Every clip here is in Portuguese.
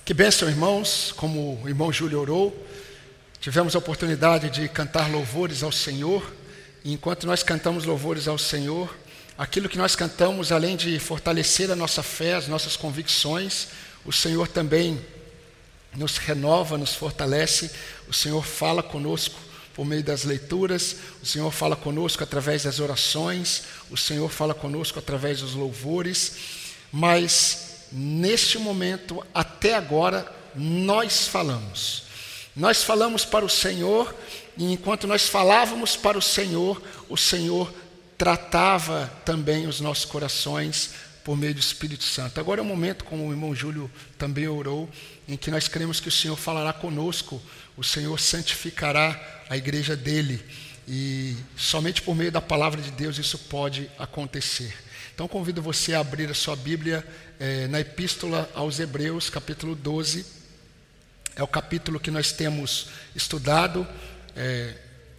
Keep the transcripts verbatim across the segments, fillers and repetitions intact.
Que bênção, irmãos, como o irmão Júlio orou, tivemos a oportunidade de cantar louvores ao Senhor, e enquanto nós cantamos louvores ao Senhor, aquilo que nós cantamos, além de fortalecer a nossa fé, as nossas convicções, o Senhor também nos renova, nos fortalece, o Senhor fala conosco por meio das leituras, o Senhor fala conosco através das orações, o Senhor fala conosco através dos louvores, mas neste momento, até agora, nós falamos. Nós falamos para o Senhor, e enquanto nós falávamos para o Senhor, o Senhor tratava também os nossos corações por meio do Espírito Santo. Agora é o momento, como o irmão Júlio também orou, em que nós cremos que o Senhor falará conosco, o Senhor santificará a igreja dele, e somente por meio da palavra de Deus isso pode acontecer. Então convido você a abrir a sua Bíblia eh, na Epístola aos Hebreus, capítulo doze. É o capítulo que nós temos estudado. Eh,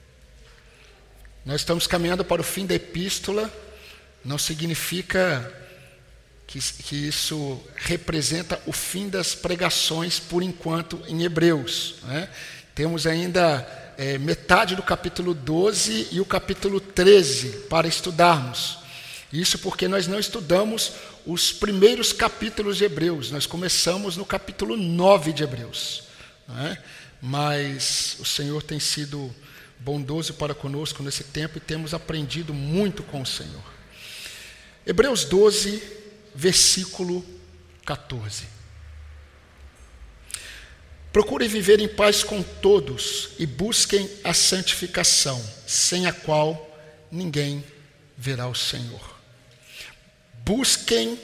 nós estamos caminhando para o fim da epístola. Não significa que, que isso representa o fim das pregações por enquanto em Hebreus, né? Temos ainda eh, metade do capítulo doze e o capítulo treze para estudarmos. Isso porque nós não estudamos os primeiros capítulos de Hebreus. Nós começamos no capítulo nove de Hebreus, não é? Mas o Senhor tem sido bondoso para conosco nesse tempo e temos aprendido muito com o Senhor. Hebreus doze, versículo quatorze. Procurem viver em paz com todos e busquem a santificação, sem a qual ninguém verá o Senhor. Busquem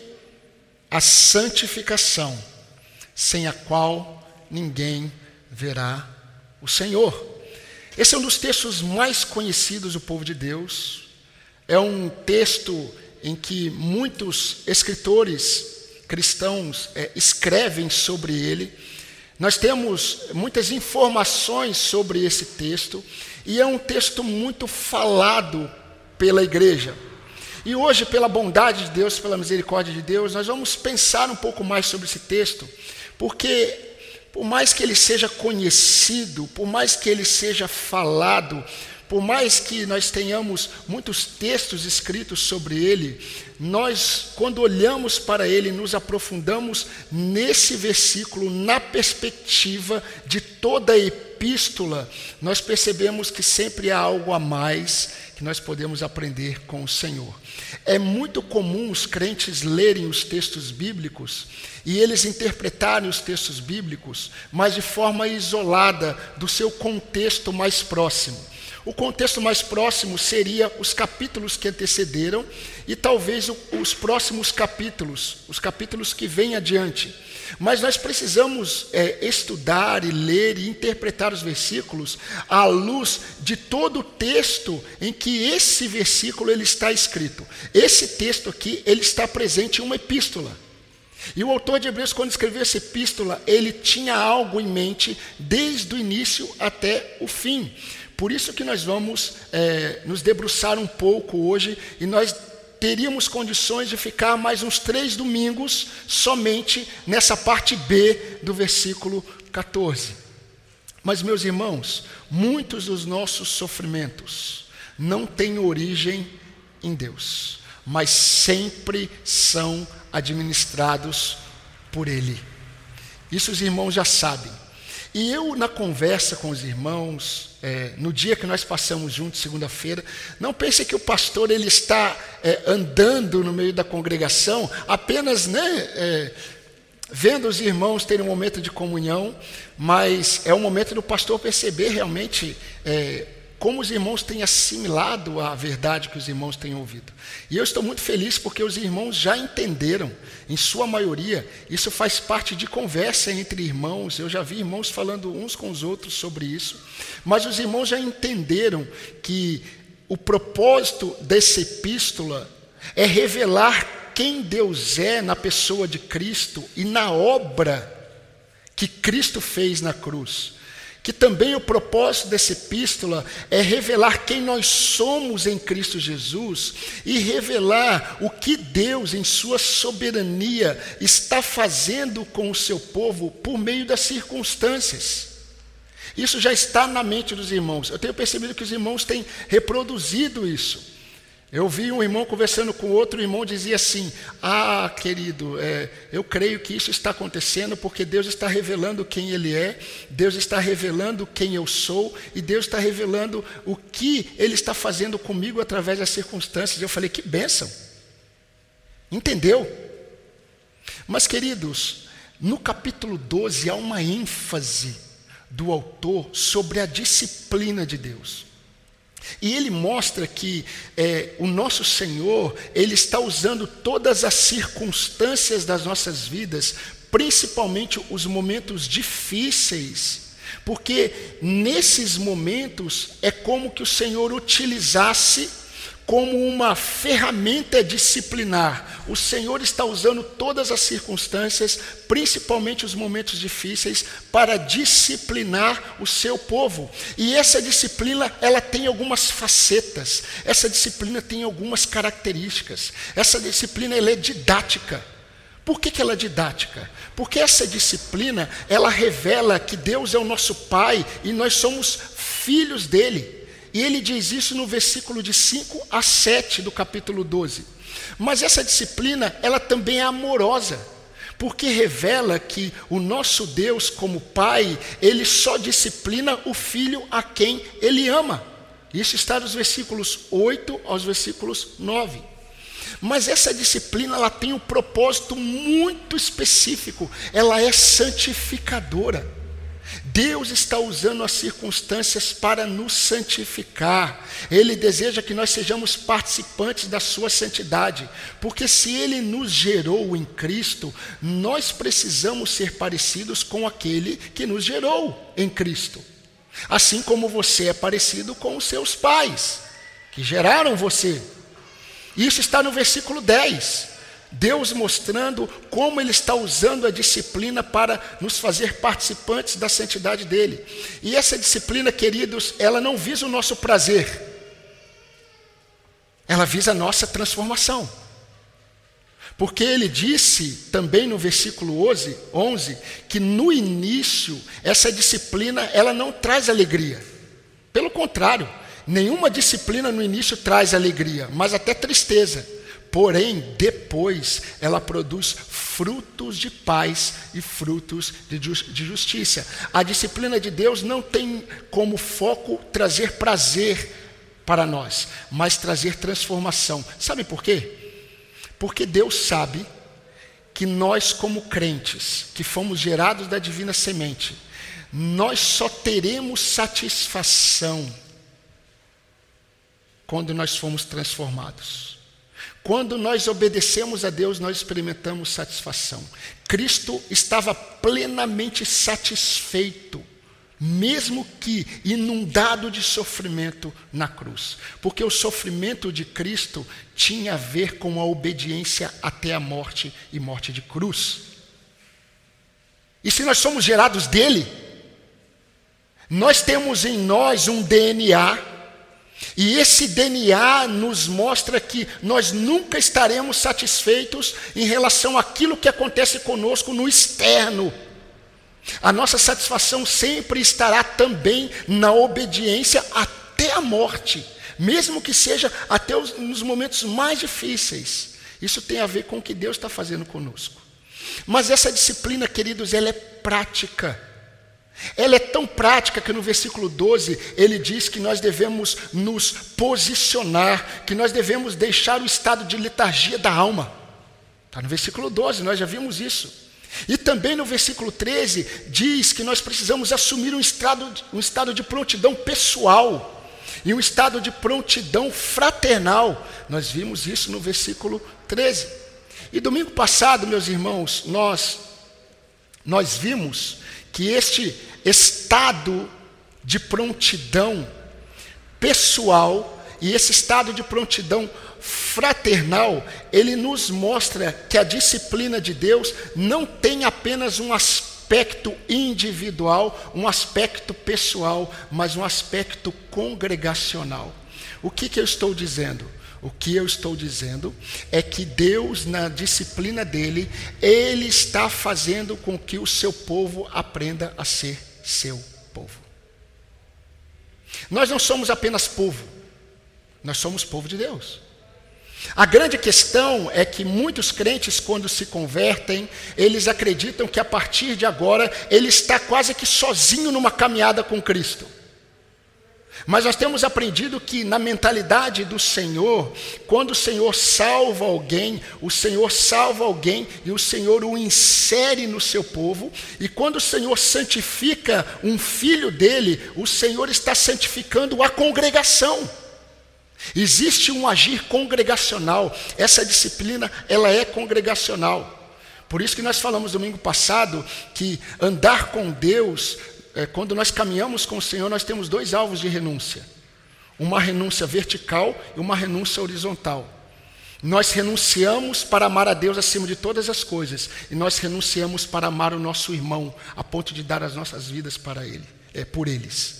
a santificação, sem a qual ninguém verá o Senhor. Esse é um dos textos mais conhecidos do povo de Deus. É um texto em que muitos escritores cristãos é, escrevem sobre ele. Nós temos muitas informações sobre esse texto, e é um texto muito falado pela igreja. E hoje, pela bondade de Deus, pela misericórdia de Deus, nós vamos pensar um pouco mais sobre esse texto, porque por mais que ele seja conhecido, por mais que ele seja falado, por mais que nós tenhamos muitos textos escritos sobre ele, nós, quando olhamos para ele, nos aprofundamos nesse versículo, na perspectiva de toda a epístola, nós percebemos que sempre há algo a mais que nós podemos aprender com o Senhor. É muito comum os crentes lerem os textos bíblicos e eles interpretarem os textos bíblicos, mas de forma isolada do seu contexto mais próximo. O contexto mais próximo seria os capítulos que antecederam e talvez os próximos capítulos, os capítulos que vêm adiante. Mas nós precisamos é, estudar e ler e interpretar os versículos à luz de todo o texto em que esse versículo ele está escrito. Esse texto aqui, ele está presente em uma epístola. E o autor de Hebreus, quando escreveu essa epístola, ele tinha algo em mente desde o início até o fim. Por isso que nós vamos é, nos debruçar um pouco hoje, e nós teríamos condições de ficar mais uns três domingos somente nessa parte B do versículo quatorze. Mas, meus irmãos, muitos dos nossos sofrimentos não têm origem em Deus, mas sempre são administrados por Ele. Isso os irmãos já sabem. E eu, na conversa com os irmãos, é, no dia que nós passamos juntos, segunda-feira, não pense que o pastor ele está é, andando no meio da congregação, apenas né, é, vendo os irmãos terem um momento de comunhão, mas é o momento do pastor perceber realmente é, como os irmãos têm assimilado a verdade que os irmãos têm ouvido. E eu estou muito feliz porque os irmãos já entenderam, em sua maioria, isso faz parte de conversa entre irmãos. Eu já vi irmãos falando uns com os outros sobre isso, mas os irmãos já entenderam que o propósito dessa epístola é revelar quem Deus é na pessoa de Cristo e na obra que Cristo fez na cruz. que também o propósito dessa epístola é revelar quem nós somos em Cristo Jesus e revelar o que Deus, em sua soberania, está fazendo com o seu povo por meio das circunstâncias. Isso já está na mente dos irmãos. Eu tenho percebido que os irmãos têm reproduzido isso. Eu vi um irmão conversando com outro, o irmão dizia assim: ah, querido, é, eu creio que isso está acontecendo porque Deus está revelando quem Ele é, Deus está revelando quem eu sou, e Deus está revelando o que Ele está fazendo comigo através das circunstâncias. Eu falei, que bênção! Entendeu? Mas, queridos, no capítulo doze há uma ênfase do autor sobre a disciplina de Deus. E ele mostra que é, o nosso Senhor, Ele está usando todas as circunstâncias das nossas vidas, principalmente os momentos difíceis, porque nesses momentos é como que o Senhor utilizasse como uma ferramenta disciplinar. O Senhor está usando todas as circunstâncias, principalmente os momentos difíceis, para disciplinar o seu povo. E essa disciplina, ela tem algumas facetas, essa disciplina tem algumas características, essa disciplina ela é didática. Por que que ela é didática? Porque essa disciplina, ela revela que Deus é o nosso Pai e nós somos filhos dEle. E ele diz isso no versículo de cinco a sete do capítulo doze. Mas essa disciplina, ela também é amorosa, porque revela que o nosso Deus, como Pai, Ele só disciplina o Filho a quem Ele ama. Isso está dos versículos oito aos versículos nove. Mas essa disciplina, ela tem um propósito muito específico, ela é santificadora. Deus está usando as circunstâncias para nos santificar. Ele deseja que nós sejamos participantes da sua santidade, porque se Ele nos gerou em Cristo, nós precisamos ser parecidos com aquele que nos gerou em Cristo. Assim como você é parecido com os seus pais, que geraram você. Isso está no versículo dez. Deus mostrando como Ele está usando a disciplina para nos fazer participantes da santidade dEle. E essa disciplina, queridos, ela não visa o nosso prazer, ela visa a nossa transformação. Porque Ele disse também no versículo onze, que no início, essa disciplina, ela não traz alegria. Pelo contrário, nenhuma disciplina no início traz alegria, mas até tristeza. Porém, depois, ela produz frutos de paz e frutos de justiça. A disciplina de Deus não tem como foco trazer prazer para nós, mas trazer transformação. Sabe por quê? Porque Deus sabe que nós, como crentes, que fomos gerados da divina semente, nós só teremos satisfação quando nós fomos transformados. Quando nós obedecemos a Deus, nós experimentamos satisfação. Cristo estava plenamente satisfeito, mesmo que inundado de sofrimento na cruz. Porque o sofrimento de Cristo tinha a ver com a obediência até a morte e morte de cruz. E se nós somos gerados dele, nós temos em nós um D N A, e esse D N A nos mostra que nós nunca estaremos satisfeitos em relação àquilo que acontece conosco no externo. A nossa satisfação sempre estará também na obediência até a morte, mesmo que seja até os, nos momentos mais difíceis. Isso tem a ver com o que Deus está fazendo conosco. Mas essa disciplina, queridos, ela é prática. Ela é tão prática que no versículo doze ele diz que nós devemos nos posicionar, que nós devemos deixar o estado de letargia da alma. Está no versículo doze, nós já vimos isso. E também no versículo treze diz que nós precisamos assumir um estado, um estado de prontidão pessoal e um estado de prontidão fraternal. Nós vimos isso no versículo treze. E domingo passado, meus irmãos, nós, nós vimos que este estado de prontidão pessoal e esse estado de prontidão fraternal, ele nos mostra que a disciplina de Deus não tem apenas um aspecto aspecto individual, um aspecto pessoal, mas um aspecto congregacional. O que, que eu estou dizendo? O que eu estou dizendo é que Deus, na disciplina dele, Ele está fazendo com que o seu povo aprenda a ser seu povo. Nós não somos apenas povo, nós somos povo de Deus. A grande questão é que muitos crentes, quando se convertem, eles acreditam que a partir de agora, ele está quase que sozinho numa caminhada com Cristo. Mas nós temos aprendido que na mentalidade do Senhor, quando o Senhor salva alguém, o Senhor salva alguém e o Senhor o insere no seu povo. E quando o Senhor santifica um filho dele, o Senhor está santificando a congregação. Existe um agir congregacional. Essa disciplina, ela é congregacional. Por isso que nós falamos domingo passado que andar com Deus, é, quando nós caminhamos com o Senhor, nós temos dois alvos de renúncia. Uma renúncia vertical e uma renúncia horizontal. Nós renunciamos para amar a Deus acima de todas as coisas. E nós renunciamos para amar o nosso irmão, a ponto de dar as nossas vidas para ele, é, por eles.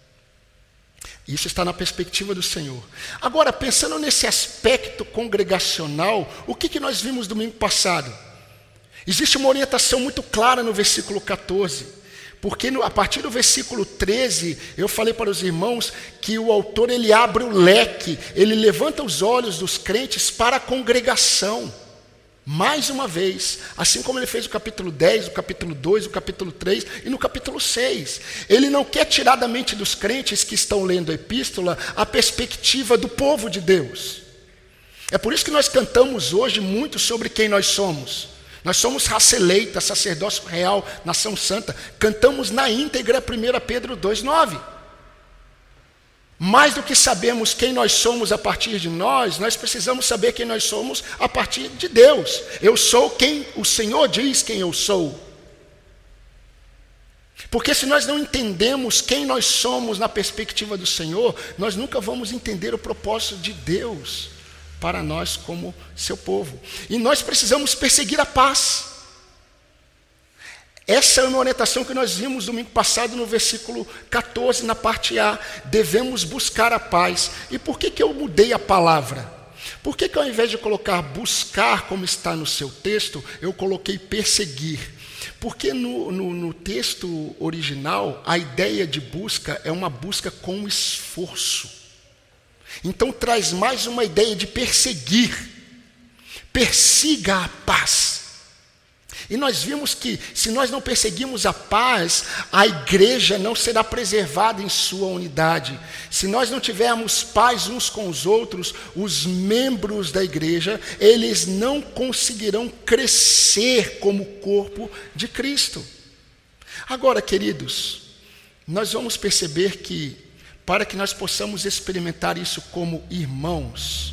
Isso está na perspectiva do Senhor. Agora, pensando nesse aspecto congregacional, o que, que nós vimos domingo passado? Existe uma orientação muito clara no versículo catorze, porque no, a partir do versículo treze, eu falei para os irmãos que o autor ele abre o leque, ele levanta os olhos dos crentes para a congregação. Mais uma vez, assim como ele fez o capítulo dez, o capítulo dois, o capítulo três e no capítulo seis. Ele não quer tirar da mente dos crentes que estão lendo a epístola a perspectiva do povo de Deus. É por isso que nós cantamos hoje muito sobre quem nós somos. Nós somos raça eleita, sacerdócio real, nação santa. Cantamos na íntegra primeira Pedro dois, nove. Mais do que sabemos quem nós somos a partir de nós, nós precisamos saber quem nós somos a partir de Deus. Eu sou quem o Senhor diz quem eu sou. Porque se nós não entendemos quem nós somos na perspectiva do Senhor, nós nunca vamos entender o propósito de Deus para nós como seu povo. E nós precisamos perseguir a paz. Essa é uma orientação que nós vimos domingo passado no versículo catorze, na parte A. Devemos buscar a paz. E por que, que eu mudei a palavra? Por que, que ao invés de colocar buscar, como está no seu texto, eu coloquei perseguir? Porque no, no, no texto original, a ideia de busca é uma busca com esforço. Então traz mais uma ideia de perseguir. Persiga a paz. E nós vimos que, se nós não perseguirmos a paz, a igreja não será preservada em sua unidade. Se nós não tivermos paz uns com os outros, os membros da igreja, eles não conseguirão crescer como corpo de Cristo. Agora, queridos, nós vamos perceber que, para que nós possamos experimentar isso como irmãos,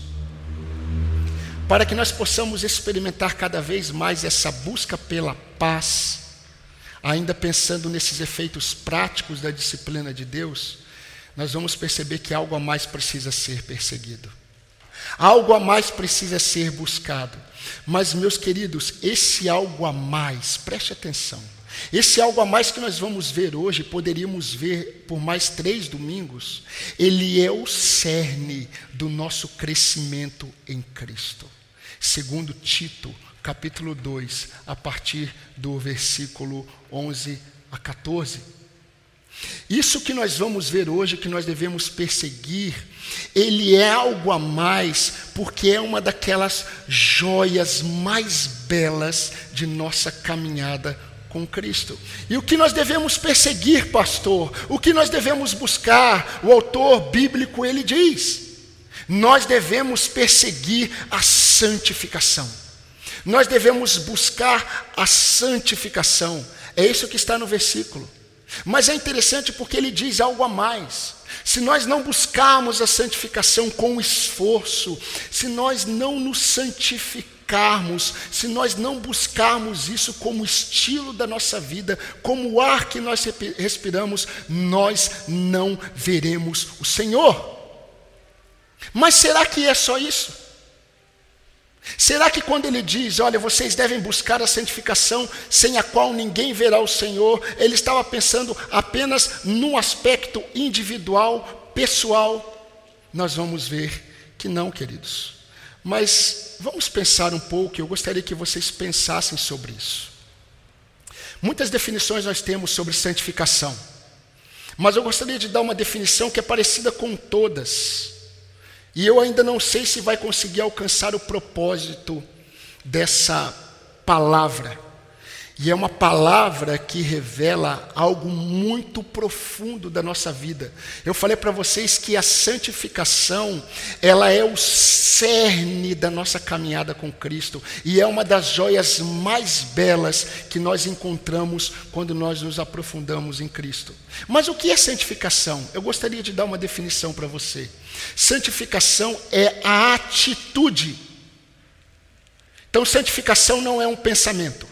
para que nós possamos experimentar cada vez mais essa busca pela paz, ainda pensando nesses efeitos práticos da disciplina de Deus, nós vamos perceber que algo a mais precisa ser perseguido. Algo a mais precisa ser buscado. Mas, meus queridos, esse algo a mais, preste atenção, esse algo a mais que nós vamos ver hoje, poderíamos ver por mais três domingos, ele é o cerne do nosso crescimento em Cristo. Segundo Tito, capítulo dois, a partir do versículo onze a catorze. Isso que nós vamos ver hoje, que nós devemos perseguir, ele é algo a mais, porque é uma daquelas joias mais belas de nossa caminhada com Cristo. E o que nós devemos perseguir, pastor? O que nós devemos buscar? O autor bíblico, ele diz: nós devemos perseguir a santificação. Nós devemos buscar a santificação. É isso que está no versículo. Mas é interessante porque ele diz algo a mais. Se nós não buscarmos a santificação com esforço, se nós não nos santificarmos, se nós não buscarmos isso como estilo da nossa vida, como o ar que nós respiramos, nós não veremos o Senhor. Mas será que é só isso? Será que quando ele diz, olha, vocês devem buscar a santificação sem a qual ninguém verá o Senhor, ele estava pensando apenas num aspecto individual, pessoal? Nós vamos ver que não, queridos. Mas vamos pensar um pouco, eu gostaria que vocês pensassem sobre isso. Muitas definições nós temos sobre santificação, mas eu gostaria de dar uma definição que é parecida com todas. E eu ainda não sei se vai conseguir alcançar o propósito dessa palavra. E é uma palavra que revela algo muito profundo da nossa vida. Eu falei para vocês que a santificação, ela é o cerne da nossa caminhada com Cristo. E é uma das joias mais belas que nós encontramos quando nós nos aprofundamos em Cristo. Mas o que é santificação? Eu gostaria de dar uma definição para você. Santificação é a atitude. Então, santificação não é um pensamento.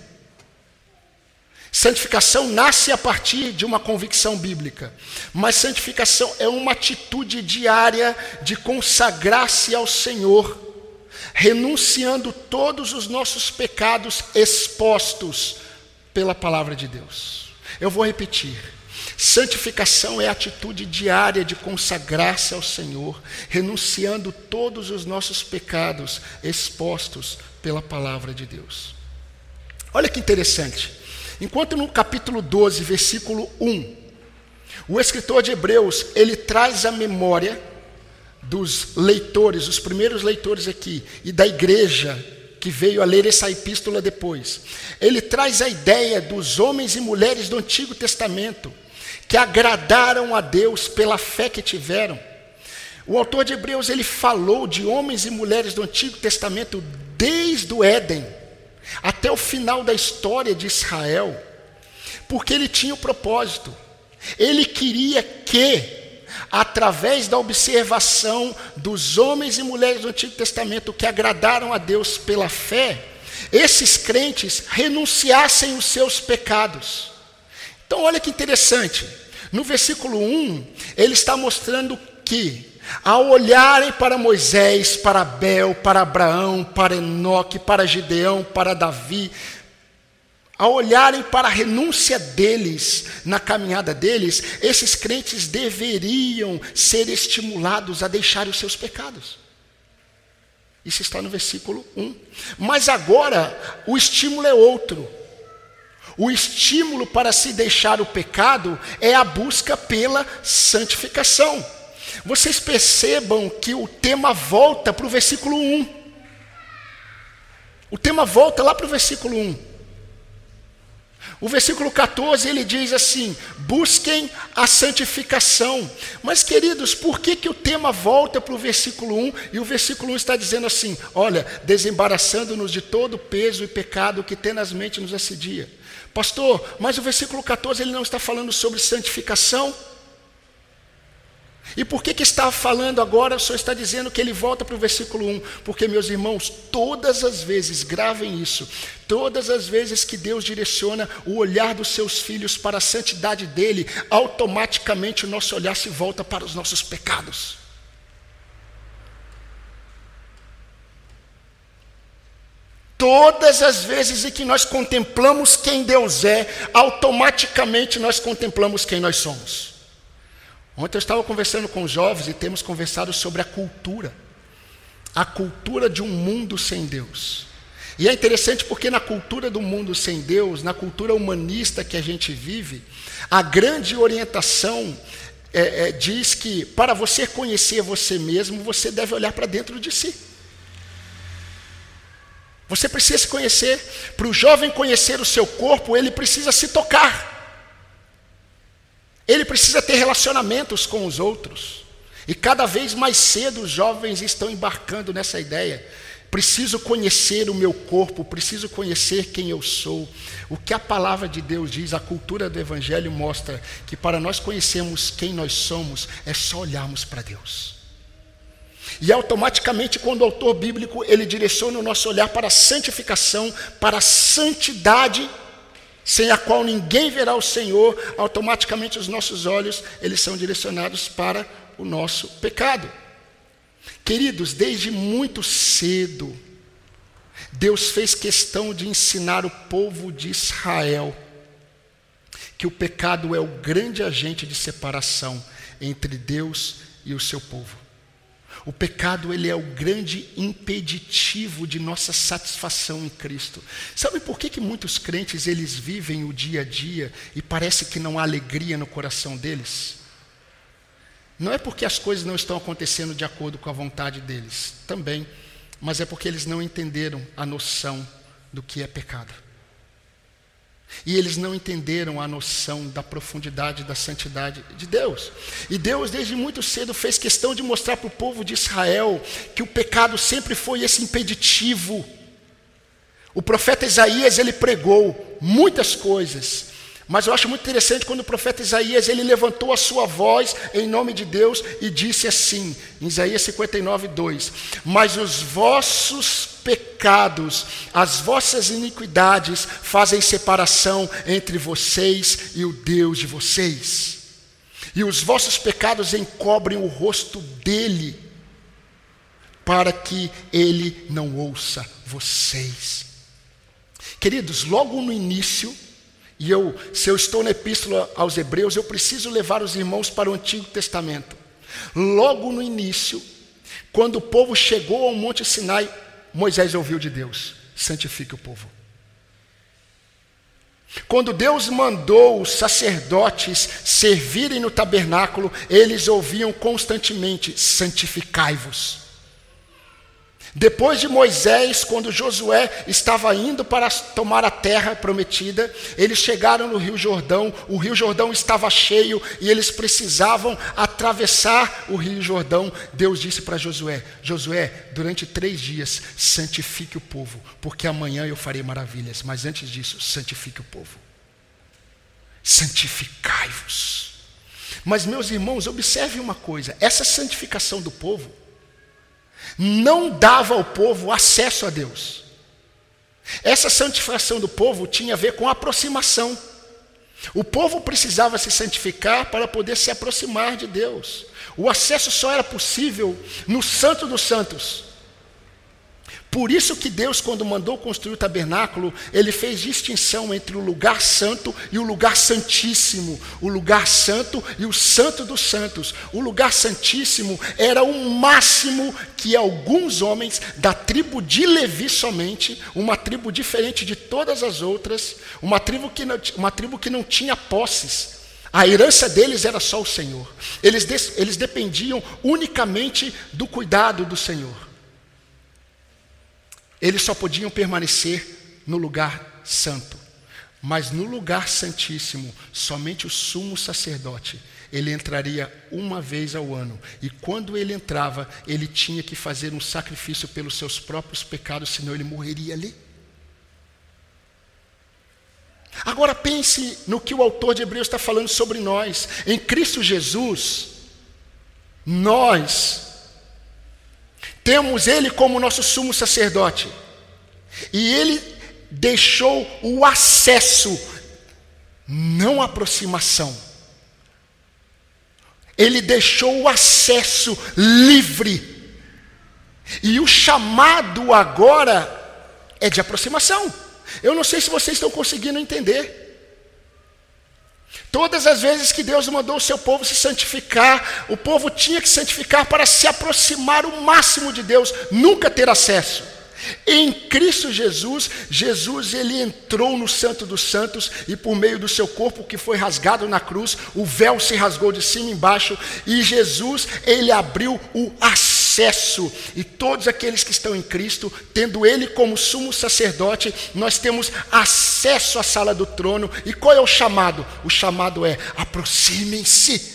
Santificação nasce a partir de uma convicção bíblica, mas santificação é uma atitude diária de consagrar-se ao Senhor, renunciando todos os nossos pecados expostos pela palavra de Deus. Eu vou repetir. Santificação é a atitude diária de consagrar-se ao Senhor, renunciando todos os nossos pecados expostos pela palavra de Deus. Olha que interessante. Enquanto no capítulo doze, versículo um, o escritor de Hebreus, ele traz a memória dos leitores, os primeiros leitores aqui, e da igreja que veio a ler essa epístola depois. Ele traz a ideia dos homens e mulheres do Antigo Testamento, que agradaram a Deus pela fé que tiveram. O autor de Hebreus, ele falou de homens e mulheres do Antigo Testamento desde o Éden até o final da história de Israel, porque ele tinha o propósito. Ele queria que, através da observação dos homens e mulheres do Antigo Testamento que agradaram a Deus pela fé, esses crentes renunciassem os seus pecados. Então olha que interessante, no versículo um, ele está mostrando que, ao olharem para Moisés, para Abel, para Abraão, para Enoque, para Gideão, para Davi, ao olharem para a renúncia deles, na caminhada deles, esses crentes deveriam ser estimulados a deixarem os seus pecados. Isso está no versículo um. Mas agora, o estímulo é outro. O estímulo para se deixar o pecado é a busca pela santificação. Vocês percebam que o tema volta para o versículo um. O tema volta lá para o versículo um. O versículo catorze, ele diz assim, busquem a santificação. Mas, queridos, por que, que o tema volta para o versículo um e o versículo um está dizendo assim, olha, desembaraçando-nos de todo o peso e pecado que tenazmente nos assedia. Pastor, mas o versículo catorze, ele não está falando sobre santificação? E por que que está falando agora, o Senhor está dizendo que ele volta para o versículo um? Porque, meus irmãos, todas as vezes, gravem isso, todas as vezes que Deus direciona o olhar dos seus filhos para a santidade dele, automaticamente o nosso olhar se volta para os nossos pecados. Todas as vezes em que nós contemplamos quem Deus é, automaticamente nós contemplamos quem nós somos. Ontem eu estava conversando com os jovens e temos conversado sobre a cultura. A cultura de um mundo sem Deus. E é interessante porque na cultura do mundo sem Deus, na cultura humanista que a gente vive, a grande orientação é, é, diz que para você conhecer você mesmo, você deve olhar para dentro de si. Você precisa se conhecer. Para o jovem conhecer o seu corpo, ele precisa se tocar. Ele precisa ter relacionamentos com os outros. E cada vez mais cedo os jovens estão embarcando nessa ideia. Preciso conhecer o meu corpo, preciso conhecer quem eu sou. O que a palavra de Deus diz, a cultura do Evangelho mostra que para nós conhecermos quem nós somos, é só olharmos para Deus. E automaticamente, quando o autor bíblico, ele direciona o nosso olhar para a santificação, para a santidade, sem a qual ninguém verá o Senhor, automaticamente os nossos olhos, eles são direcionados para o nosso pecado. Queridos, desde muito cedo, Deus fez questão de ensinar o povo de Israel que o pecado é o grande agente de separação entre Deus e o seu povo. O pecado, ele é o grande impeditivo de nossa satisfação em Cristo. Sabe por que que muitos crentes, eles vivem o dia a dia e parece que não há alegria no coração deles? Não é porque as coisas não estão acontecendo de acordo com a vontade deles, também, mas é porque eles não entenderam a noção do que é pecado. E eles não entenderam a noção da profundidade da santidade de Deus. E Deus, desde muito cedo, fez questão de mostrar para o povo de Israel que o pecado sempre foi esse impeditivo. O profeta Isaías, ele pregou muitas coisas, mas eu acho muito interessante quando o profeta Isaías, ele levantou a sua voz em nome de Deus e disse assim, em Isaías cinquenta e nove, dois: mas os vossos pecados, as vossas iniquidades fazem separação entre vocês e o Deus de vocês. E os vossos pecados encobrem o rosto dele, para que ele não ouça vocês. Queridos, logo no início, e eu, se eu estou na epístola aos Hebreus, eu preciso levar os irmãos para o Antigo Testamento. Logo no início, quando o povo chegou ao Monte Sinai, Moisés ouviu de Deus: santifique o povo. Quando Deus mandou os sacerdotes servirem no tabernáculo, eles ouviam constantemente: santificai-vos. Depois de Moisés, quando Josué estava indo para tomar a terra prometida, eles chegaram no Rio Jordão, o Rio Jordão estava cheio e eles precisavam atravessar o Rio Jordão. Deus disse para Josué: Josué, durante três dias santifique o povo, porque amanhã eu farei maravilhas, mas antes disso, santifique o povo. Santificai-vos. Mas, meus irmãos, observe uma coisa: essa santificação do povo não dava ao povo acesso a Deus. Essa santificação do povo tinha a ver com aproximação. O povo precisava se santificar para poder se aproximar de Deus. O acesso só era possível no Santo dos Santos. Por isso que Deus, quando mandou construir o tabernáculo, ele fez distinção entre o lugar santo e o lugar santíssimo. O lugar santo e o santo dos santos. O lugar santíssimo era o máximo que alguns homens da tribo de Levi somente, uma tribo diferente de todas as outras, uma tribo que não, uma tribo que não tinha posses. A herança deles era só o Senhor. Eles, eles dependiam unicamente do cuidado do Senhor. Eles só podiam permanecer no lugar santo. Mas no lugar santíssimo, somente o sumo sacerdote, ele entraria uma vez ao ano. E quando ele entrava, ele tinha que fazer um sacrifício pelos seus próprios pecados, senão ele morreria ali. Agora pense no que o autor de Hebreus está falando sobre nós. Em Cristo Jesus, nós temos ele como nosso sumo sacerdote. E ele deixou o acesso, não a aproximação. Ele deixou o acesso livre. E o chamado agora é de aproximação. Eu não sei se vocês estão conseguindo entender. Todas as vezes que Deus mandou o seu povo se santificar, o povo tinha que santificar para se aproximar o máximo de Deus, nunca ter acesso. Em Cristo Jesus, Jesus ele entrou no Santo dos Santos e por meio do seu corpo que foi rasgado na cruz, o véu se rasgou de cima e embaixo e Jesus ele abriu o acesso. E todos aqueles que estão em Cristo, tendo ele como sumo sacerdote, nós temos acesso à sala do trono. E qual é o chamado? O chamado é: aproximem-se.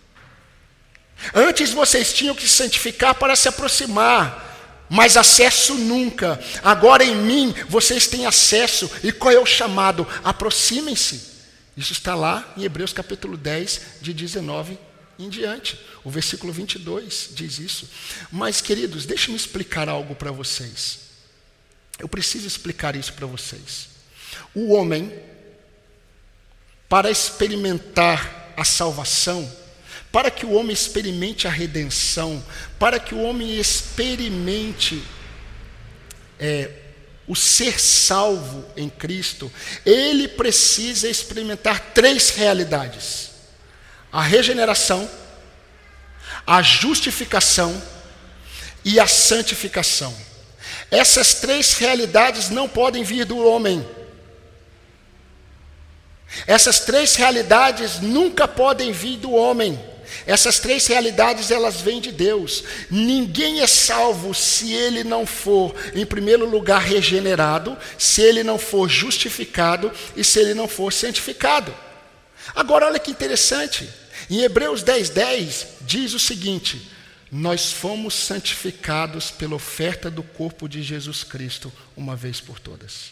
Antes vocês tinham que se santificar para se aproximar, mas acesso nunca. Agora em mim vocês têm acesso. E qual é o chamado? Aproximem-se. Isso está lá em Hebreus capítulo dez, de dezenove em diante. O versículo vinte e dois diz isso. Mas, queridos, deixe-me explicar algo para vocês. Eu preciso explicar isso para vocês. O homem, para experimentar a salvação, para que o homem experimente a redenção, para que o homem experimente é, o ser salvo em Cristo, ele precisa experimentar três realidades: a regeneração, a justificação e a santificação. Essas três realidades não podem vir do homem. Essas três realidades nunca podem vir do homem. Essas três realidades, elas vêm de Deus. Ninguém é salvo se ele não for, em primeiro lugar, regenerado, se ele não for justificado e se ele não for santificado. Agora, olha que interessante. Em Hebreus dez, dez, diz o seguinte: nós fomos santificados pela oferta do corpo de Jesus Cristo, uma vez por todas.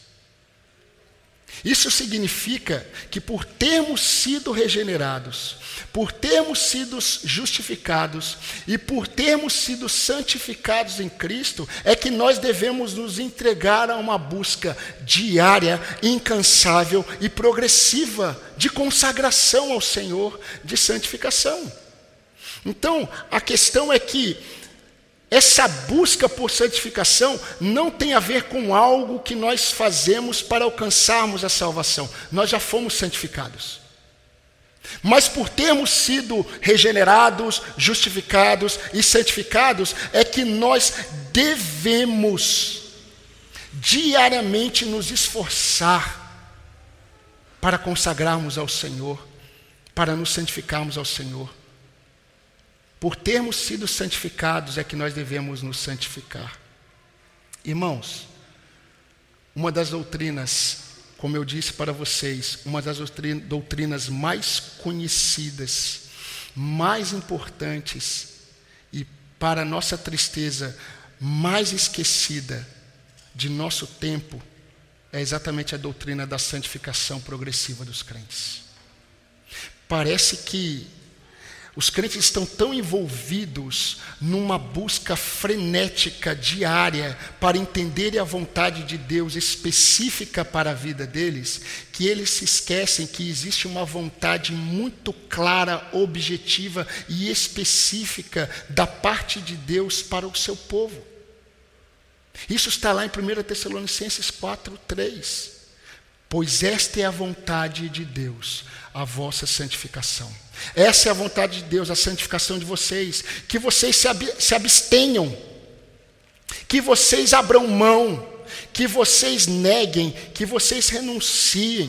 Isso significa que por termos sido regenerados, por termos sido justificados e por termos sido santificados em Cristo, é que nós devemos nos entregar a uma busca diária, incansável e progressiva de consagração ao Senhor, de santificação. Então, a questão é que essa busca por santificação não tem a ver com algo que nós fazemos para alcançarmos a salvação. Nós já fomos santificados. Mas por termos sido regenerados, justificados e santificados, é que nós devemos diariamente nos esforçar para consagrarmos ao Senhor, para nos santificarmos ao Senhor. Por termos sido santificados é que nós devemos nos santificar. Irmãos, uma das doutrinas, como eu disse para vocês, uma das doutrinas mais conhecidas, mais importantes e, para nossa tristeza, mais esquecida de nosso tempo, é exatamente a doutrina da santificação progressiva dos crentes. Parece que os crentes estão tão envolvidos numa busca frenética, diária, para entenderem a vontade de Deus específica para a vida deles, que eles se esquecem que existe uma vontade muito clara, objetiva e específica da parte de Deus para o seu povo. Isso está lá em primeira Tessalonicenses quatro, três. Pois esta é a vontade de Deus, a vossa santificação. Essa é a vontade de Deus, a santificação de vocês. Que vocês se, ab- se abstenham, que vocês abram mão, que vocês neguem, que vocês renunciem.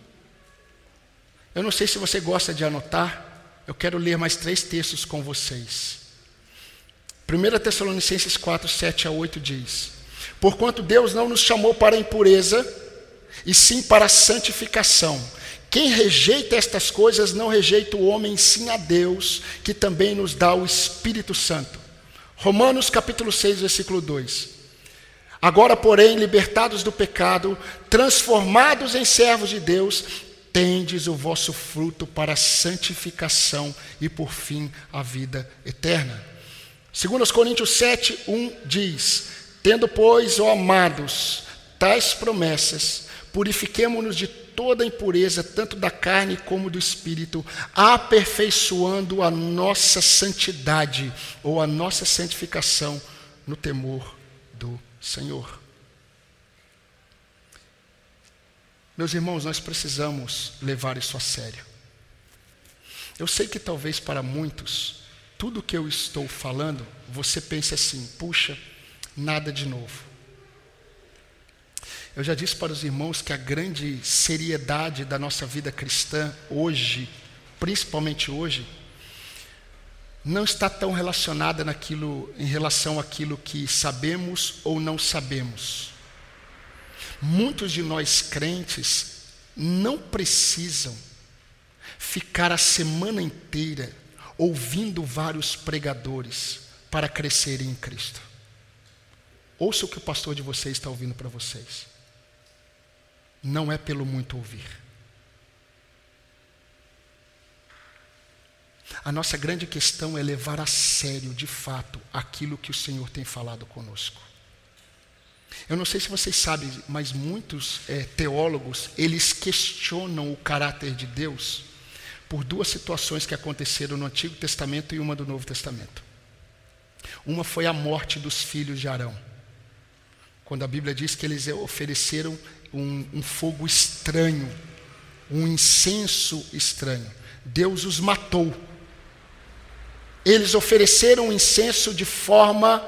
Eu não sei se você gosta de anotar, eu quero ler mais três textos com vocês. primeira Tessalonicenses quatro, sete a oito diz: porquanto Deus não nos chamou para a impureza, e sim para a santificação. Quem rejeita estas coisas não rejeita o homem, sim a Deus, que também nos dá o Espírito Santo. Romanos capítulo seis, versículo dois. Agora, porém, libertados do pecado, transformados em servos de Deus, tendes o vosso fruto para a santificação e, por fim, a vida eterna. dois Coríntios sete, um diz: tendo, pois, ó amados, tais promessas, purifiquemo-nos de toda impureza, tanto da carne como do espírito, aperfeiçoando a nossa santidade, ou a nossa santificação, no temor do Senhor. Meus irmãos, nós precisamos levar isso a sério. Eu sei que talvez para muitos, tudo o que eu estou falando, você pense assim: puxa, nada de novo. Eu já disse para os irmãos que a grande seriedade da nossa vida cristã hoje, principalmente hoje, não está tão relacionada naquilo, em relação àquilo que sabemos ou não sabemos. Muitos de nós crentes não precisam ficar a semana inteira ouvindo vários pregadores para crescerem em Cristo. Ouça o que o pastor de vocês está ouvindo para vocês. Não é pelo muito ouvir. A nossa grande questão é levar a sério, de fato, aquilo que o Senhor tem falado conosco. Eu não sei se vocês sabem, mas muitos é, teólogos, eles questionam o caráter de Deus por duas situações que aconteceram no Antigo Testamento e uma do Novo Testamento. Uma foi a morte dos filhos de Arão. quando a Bíblia diz que eles ofereceram um, um fogo estranho, um incenso estranho. Deus os matou. Eles ofereceram um incenso de forma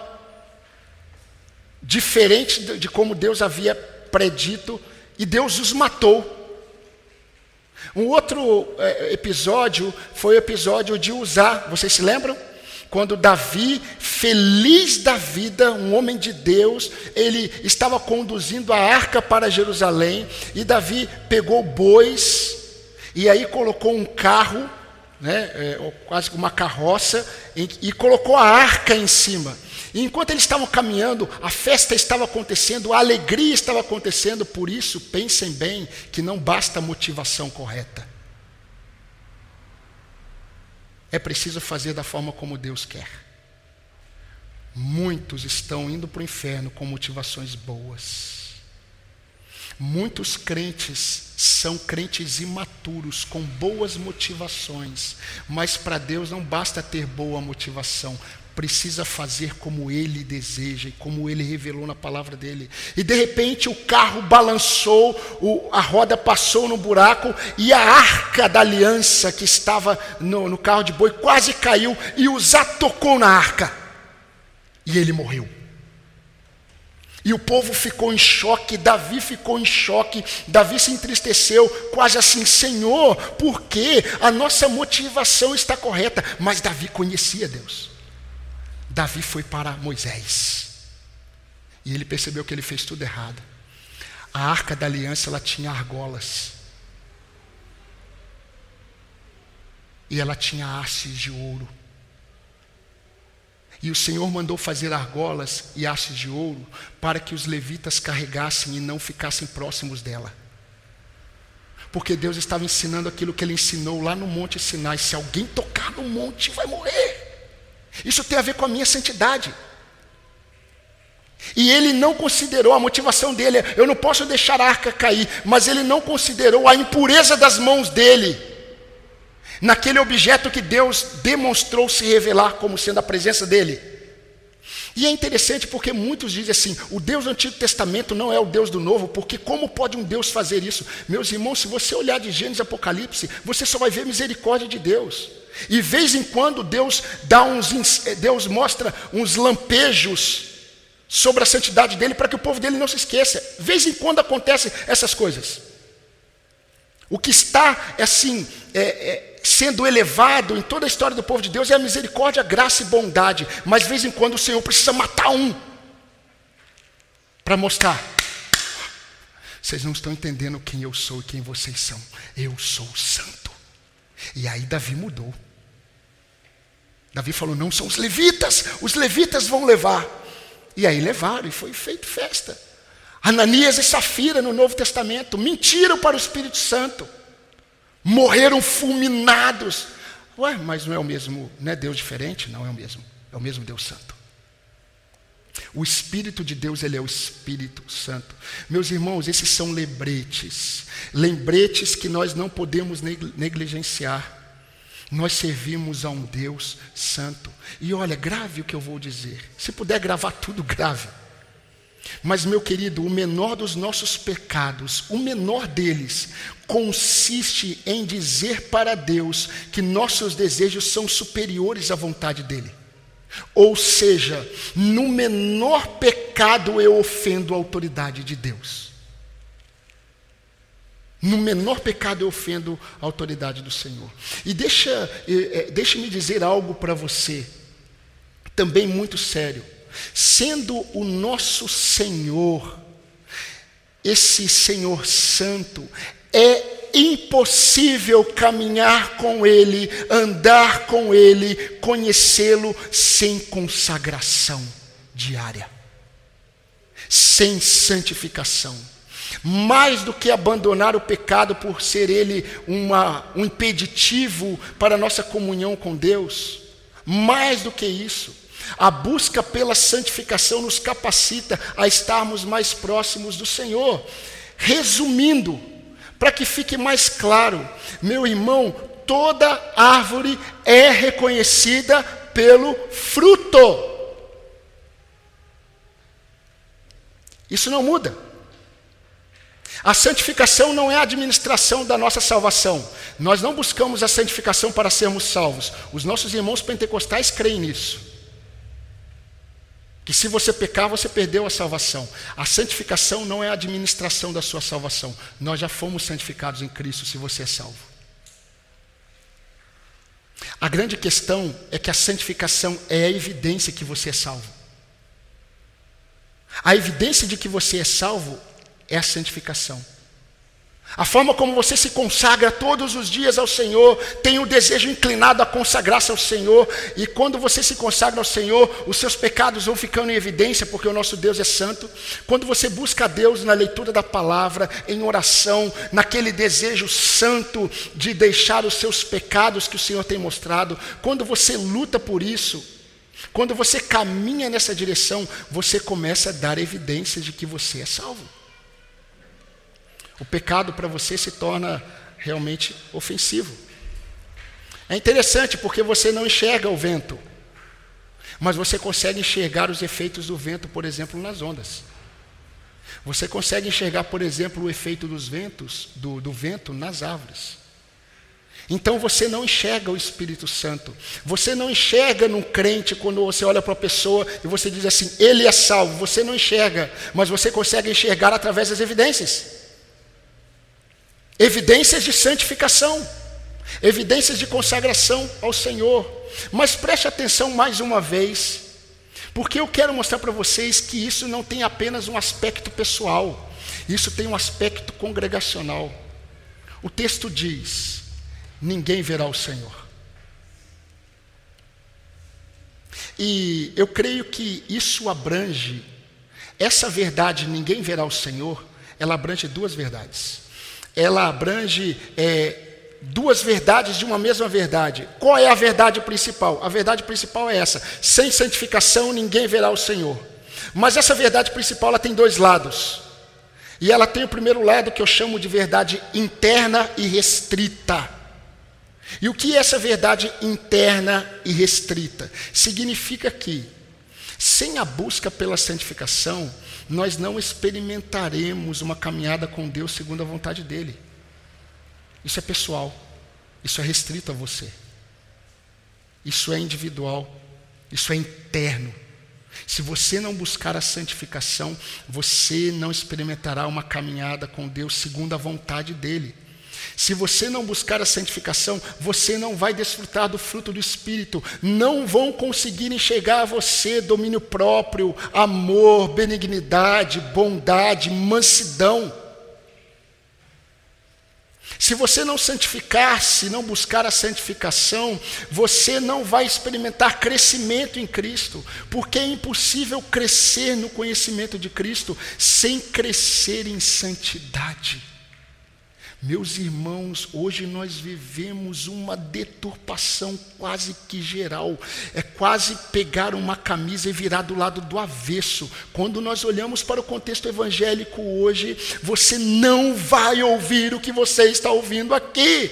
diferente de, de como Deus havia predito, e Deus os matou. Um outro é, episódio foi o episódio de Uzá. Vocês se lembram? Quando Davi, feliz da vida, um homem de Deus, ele estava conduzindo a arca para Jerusalém, e Davi pegou bois, e aí colocou um carro, né, é, quase uma carroça, e, e colocou a arca em cima. E enquanto eles estavam caminhando, a festa estava acontecendo, a alegria estava acontecendo. Por isso, pensem bem que não basta a motivação correta. É preciso fazer da forma como Deus quer. Muitos estão indo para o inferno com motivações boas. Muitos crentes são crentes imaturos, com boas motivações. Mas para Deus não basta ter boa motivação. Precisa fazer como Ele deseja e como Ele revelou na palavra dEle. E de repente o carro balançou, o, a roda passou no buraco, e a arca da aliança que estava no, no carro de boi quase caiu, e Uzá tocou na arca, e ele morreu. E o povo ficou em choque, Davi ficou em choque, Davi se entristeceu, quase assim: Senhor, por quê? A nossa motivação está correta. Mas Davi conhecia Deus. Davi foi para Moisés, e ele percebeu que ele fez tudo errado. A arca da aliança, ela tinha argolas, e ela tinha hastes de ouro. E o Senhor mandou fazer argolas e hastes de ouro para que os levitas carregassem e não ficassem próximos dela. Porque Deus estava ensinando aquilo que Ele ensinou lá no Monte Sinai: se alguém tocar no monte, vai morrer. Isso tem a ver com a minha santidade. E ele não considerou a motivação dele. Eu não posso deixar a arca cair, mas ele não considerou a impureza das mãos dele naquele objeto que Deus demonstrou se revelar como sendo a presença dele. E é interessante porque muitos dizem assim: o Deus do Antigo Testamento não é o Deus do Novo, porque como pode um Deus fazer isso? Meus irmãos, se você olhar de Gênesis e Apocalipse, você só vai ver misericórdia de Deus. E de vez em quando Deus dá uns, Deus mostra uns lampejos sobre a santidade dele, para que o povo dele não se esqueça. De vez em quando acontecem essas coisas. O que está assim é, é, sendo elevado em toda a história do povo de Deus é a misericórdia, a graça e bondade. Mas de vez em quando o Senhor precisa matar um para mostrar: vocês não estão entendendo quem eu sou e quem vocês são. Eu sou santo. E aí Davi mudou. Davi falou: não são os levitas, os levitas vão levar. E aí levaram, e foi feito festa. Ananias e Safira no Novo Testamento mentiram para o Espírito Santo, morreram fulminados. Ué, mas não é o mesmo, não é Deus diferente? Não é o mesmo, é o mesmo Deus Santo. O Espírito de Deus, ele é o Espírito Santo. Meus irmãos, esses são lembretes, lembretes que nós não podemos negligenciar. Nós servimos a um Deus santo. E olha, grave o que eu vou dizer. Se puder gravar tudo, grave. Mas, meu querido, o menor dos nossos pecados, o menor deles, consiste em dizer para Deus que nossos desejos são superiores à vontade dEle. Ou seja, no menor pecado eu ofendo a autoridade de Deus. No menor pecado eu ofendo a autoridade do Senhor. E deixa, deixa-me dizer algo para você, também muito sério. Sendo o nosso Senhor, esse Senhor Santo, é impossível caminhar com Ele, andar com Ele, conhecê-lo sem consagração diária, sem santificação. Mais do que abandonar o pecado por ser ele uma, um impeditivo para a nossa comunhão com Deus, mais do que isso, a busca pela santificação nos capacita a estarmos mais próximos do Senhor. Resumindo, para que fique mais claro, meu irmão, toda árvore é reconhecida pelo fruto. Isso não muda. A santificação não é a administração da nossa salvação. Nós não buscamos a santificação para sermos salvos. Os nossos irmãos pentecostais creem nisso. Que se você pecar, você perdeu a salvação. A santificação não é a administração da sua salvação. Nós já fomos santificados em Cristo se você é salvo. A grande questão é que a santificação é a evidência que você é salvo. A evidência de que você é salvo é a santificação. A forma como você se consagra todos os dias ao Senhor, tem o desejo inclinado a consagrar-se ao Senhor, e quando você se consagra ao Senhor, os seus pecados vão ficando em evidência, porque o nosso Deus é santo. Quando você busca a Deus na leitura da palavra, em oração, naquele desejo santo de deixar os seus pecados que o Senhor tem mostrado, quando você luta por isso, quando você caminha nessa direção, você começa a dar evidências de que você é salvo. O pecado para você se torna realmente ofensivo. É interessante porque você não enxerga o vento, mas você consegue enxergar os efeitos do vento, por exemplo, nas ondas. Você consegue enxergar, por exemplo, o efeito dos ventos, do, do vento nas árvores. Então você não enxerga o Espírito Santo. Você não enxerga num crente quando você olha para a pessoa e você diz assim, ele é salvo. Você não enxerga, mas você consegue enxergar através das evidências. Evidências de santificação, evidências de consagração ao Senhor. Mas preste atenção mais uma vez, porque eu quero mostrar para vocês que isso não tem apenas um aspecto pessoal, isso tem um aspecto congregacional. O texto diz, ninguém verá o Senhor. E eu creio que isso abrange, essa verdade, ninguém verá o Senhor, ela abrange duas verdades. Ela abrange é, duas verdades de uma mesma verdade. Qual é a verdade principal? A verdade principal é essa: sem santificação ninguém verá o Senhor. Mas essa verdade principal ela tem dois lados. E ela tem o primeiro lado que eu chamo de verdade interna e restrita. E o que é essa verdade interna e restrita? Significa que, sem a busca pela santificação, nós não experimentaremos uma caminhada com Deus segundo a vontade dEle. Isso é pessoal, isso é restrito a você. Isso é individual, isso é interno. Se você não buscar a santificação, você não experimentará uma caminhada com Deus segundo a vontade dEle. Se você não buscar a santificação, você não vai desfrutar do fruto do Espírito. Não vão conseguir enxergar a você domínio próprio, amor, benignidade, bondade, mansidão. Se você não santificar-se, não buscar a santificação, você não vai experimentar crescimento em Cristo, porque é impossível crescer no conhecimento de Cristo sem crescer em santidade. Meus irmãos, hoje nós vivemos uma deturpação quase que geral. É quase pegar uma camisa e virar do lado do avesso. Quando nós olhamos para o contexto evangélico hoje, você não vai ouvir o que você está ouvindo aqui.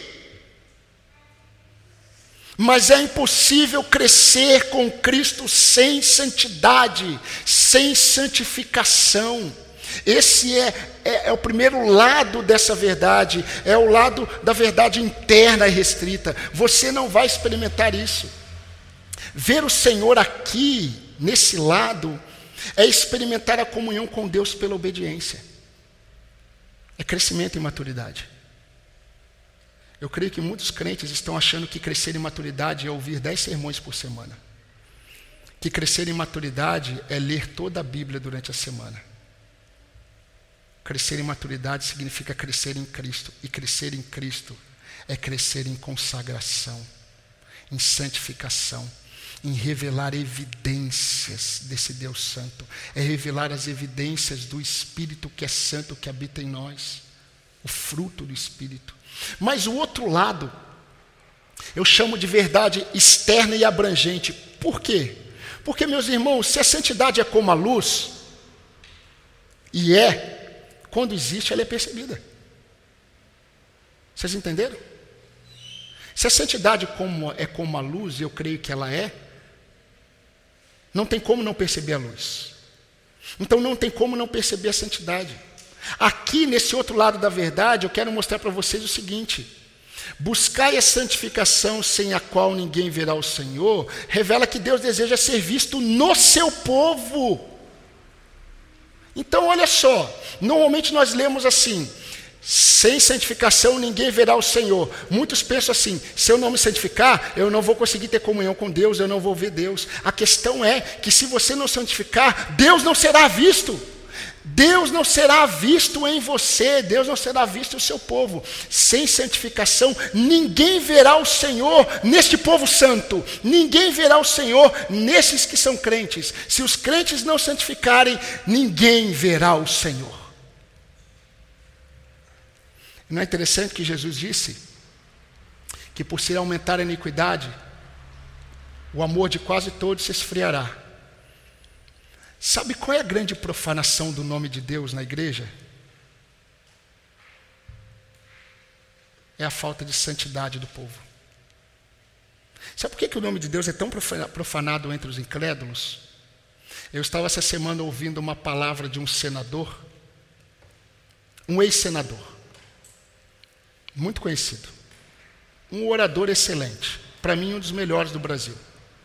Mas é impossível crescer com Cristo sem santidade, sem santificação. Esse é, é, é o primeiro lado dessa verdade, é o lado da verdade interna e restrita. Você não vai experimentar isso. Ver o Senhor aqui, nesse lado, é experimentar a comunhão com Deus pela obediência. É crescimento em maturidade. Eu creio que muitos crentes estão achando que crescer em maturidade é ouvir dez sermões por semana. Que crescer em maturidade é ler toda a Bíblia durante a semana. Crescer em maturidade significa crescer em Cristo. E crescer em Cristo é crescer em consagração, em santificação, em revelar evidências desse Deus Santo. É revelar as evidências do Espírito que é santo, que habita em nós. O fruto do Espírito. Mas o outro lado, eu chamo de verdade externa e abrangente. Por quê? Porque, meus irmãos, se a santidade é como a luz, e é, quando existe, ela é percebida. Vocês entenderam? Se a santidade como, é como a luz, e eu creio que ela é, não tem como não perceber a luz. Então não tem como não perceber a santidade. Aqui, nesse outro lado da verdade, eu quero mostrar para vocês o seguinte: buscai a santificação sem a qual ninguém verá o Senhor, revela que Deus deseja ser visto no seu povo. Então olha só, normalmente nós lemos assim: sem santificação ninguém verá o Senhor. Muitos pensam assim: se eu não me santificar, eu não vou conseguir ter comunhão com Deus, eu não vou ver Deus. A questão é que se você não santificar, Deus não será visto. Deus não será visto em você, Deus não será visto no seu povo. Sem santificação, ninguém verá o Senhor neste povo santo. Ninguém verá o Senhor nesses que são crentes. Se os crentes não santificarem, ninguém verá o Senhor. Não é interessante que Jesus disse que por se aumentar a iniquidade, o amor de quase todos se esfriará. Sabe qual é a grande profanação do nome de Deus na igreja? É a falta de santidade do povo. Sabe por que, que o nome de Deus é tão profanado entre os incrédulos? Eu estava essa semana ouvindo uma palavra de um senador, um ex-senador, muito conhecido, um orador excelente, para mim um dos melhores do Brasil.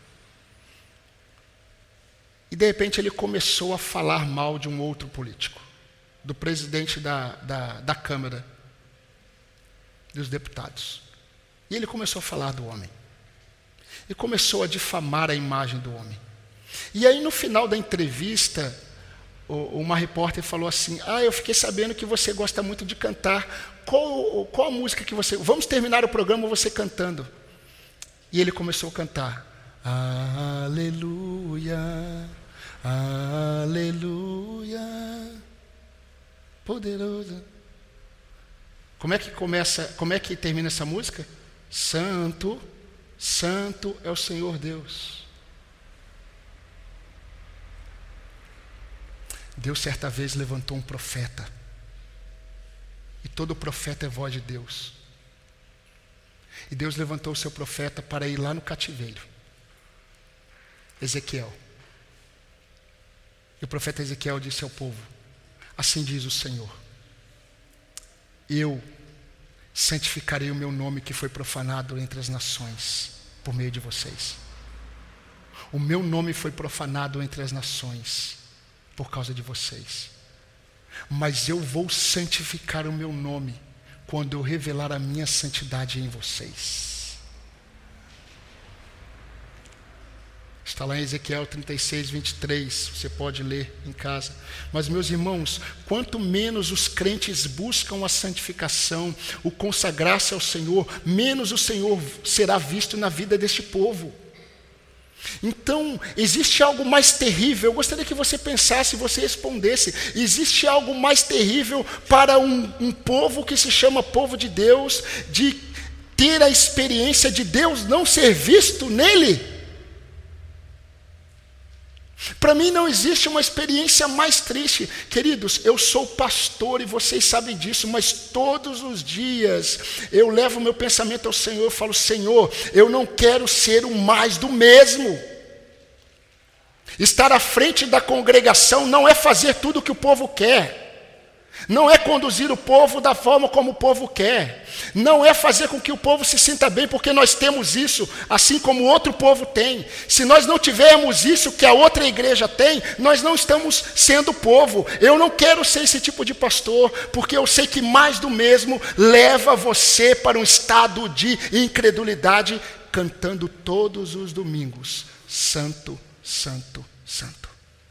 E de repente ele começou a falar mal de um outro político, do presidente da, da, da Câmara dos Deputados. E ele começou a falar do homem. E começou a difamar a imagem do homem. E aí no final da entrevista, uma repórter falou assim: ah, eu fiquei sabendo que você gosta muito de cantar. Qual, qual a música que você... Vamos terminar o programa você cantando. E ele começou a cantar: aleluia, aleluia, poderoso. Como é que começa, como é que termina essa música? Santo, santo é o Senhor Deus. Deus certa vez levantou um profeta. E todo profeta é voz de Deus. E Deus levantou o seu profeta para ir lá no cativeiro. Ezequiel. E o profeta Ezequiel disse ao povo: assim diz o Senhor, eu santificarei o meu nome que foi profanado entre as nações por meio de vocês. O meu nome foi profanado entre as nações por causa de vocês. Mas eu vou santificar o meu nome quando eu revelar a minha santidade em vocês. Está lá em Ezequiel trinta e seis, vinte e três, você pode ler em casa. Mas, meus irmãos, quanto menos os crentes buscam a santificação, o consagrar-se ao Senhor, menos o Senhor será visto na vida deste povo. Então, existe algo mais terrível. Eu gostaria que você pensasse, você respondesse: existe algo mais terrível para um, um povo que se chama povo de Deus, de ter a experiência de Deus não ser visto nele? Para mim não existe uma experiência mais triste. Queridos, eu sou pastor e vocês sabem disso, mas todos os dias eu levo meu pensamento ao Senhor. Eu falo: Senhor, eu não quero ser o mais do mesmo. Estar à frente da congregação não é fazer tudo o que o povo quer. Não é conduzir o povo da forma como o povo quer. Não é fazer com que o povo se sinta bem, porque nós temos isso, assim como outro povo tem. Se nós não tivermos isso que a outra igreja tem, nós não estamos sendo povo. Eu não quero ser esse tipo de pastor, porque eu sei que mais do mesmo leva você para um estado de incredulidade, cantando todos os domingos: Santo, Santo, Santo.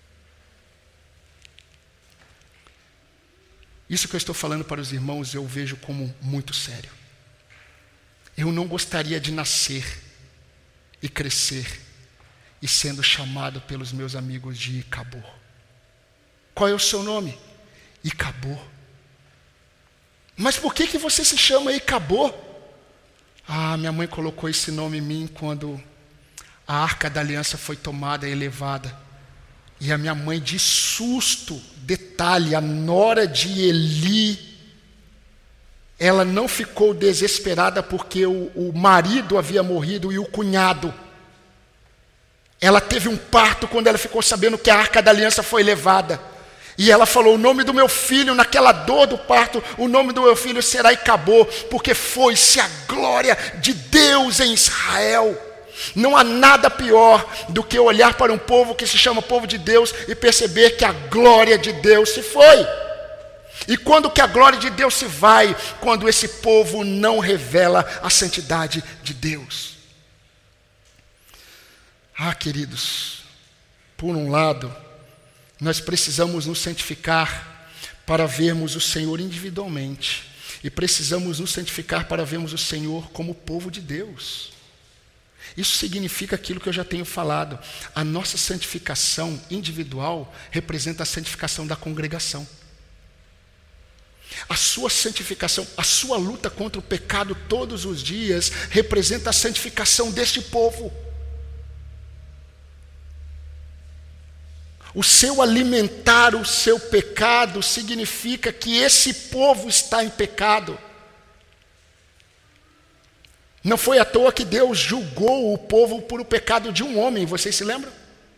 Isso que eu estou falando para os irmãos, eu vejo como muito sério. Eu não gostaria de nascer e crescer e sendo chamado pelos meus amigos de Icabô. Qual é o seu nome? Icabô. Mas por que que você se chama Icabô? Ah, minha mãe colocou esse nome em mim quando a Arca da Aliança foi tomada e elevada. E a minha mãe, de susto, detalhe, a nora de Eli, ela não ficou desesperada porque o, o marido havia morrido e o cunhado. Ela teve um parto quando ela ficou sabendo que a Arca da Aliança foi levada. E ela falou: o nome do meu filho, naquela dor do parto, o nome do meu filho será Icabô, porque foi-se a glória de Deus em Israel. Não há nada pior do que olhar para um povo que se chama povo de Deus e perceber que a glória de Deus se foi. E quando que a glória de Deus se vai? Quando esse povo não revela a santidade de Deus. Ah, queridos, por um lado, nós precisamos nos santificar para vermos o Senhor individualmente. E precisamos nos santificar para vermos o Senhor como povo de Deus. Isso significa aquilo que eu já tenho falado. A nossa santificação individual representa a santificação da congregação. A sua santificação, a sua luta contra o pecado todos os dias representa a santificação deste povo. O seu alimentar o seu pecado significa que esse povo está em pecado. Não foi à toa que Deus julgou o povo por o pecado de um homem, vocês se lembram?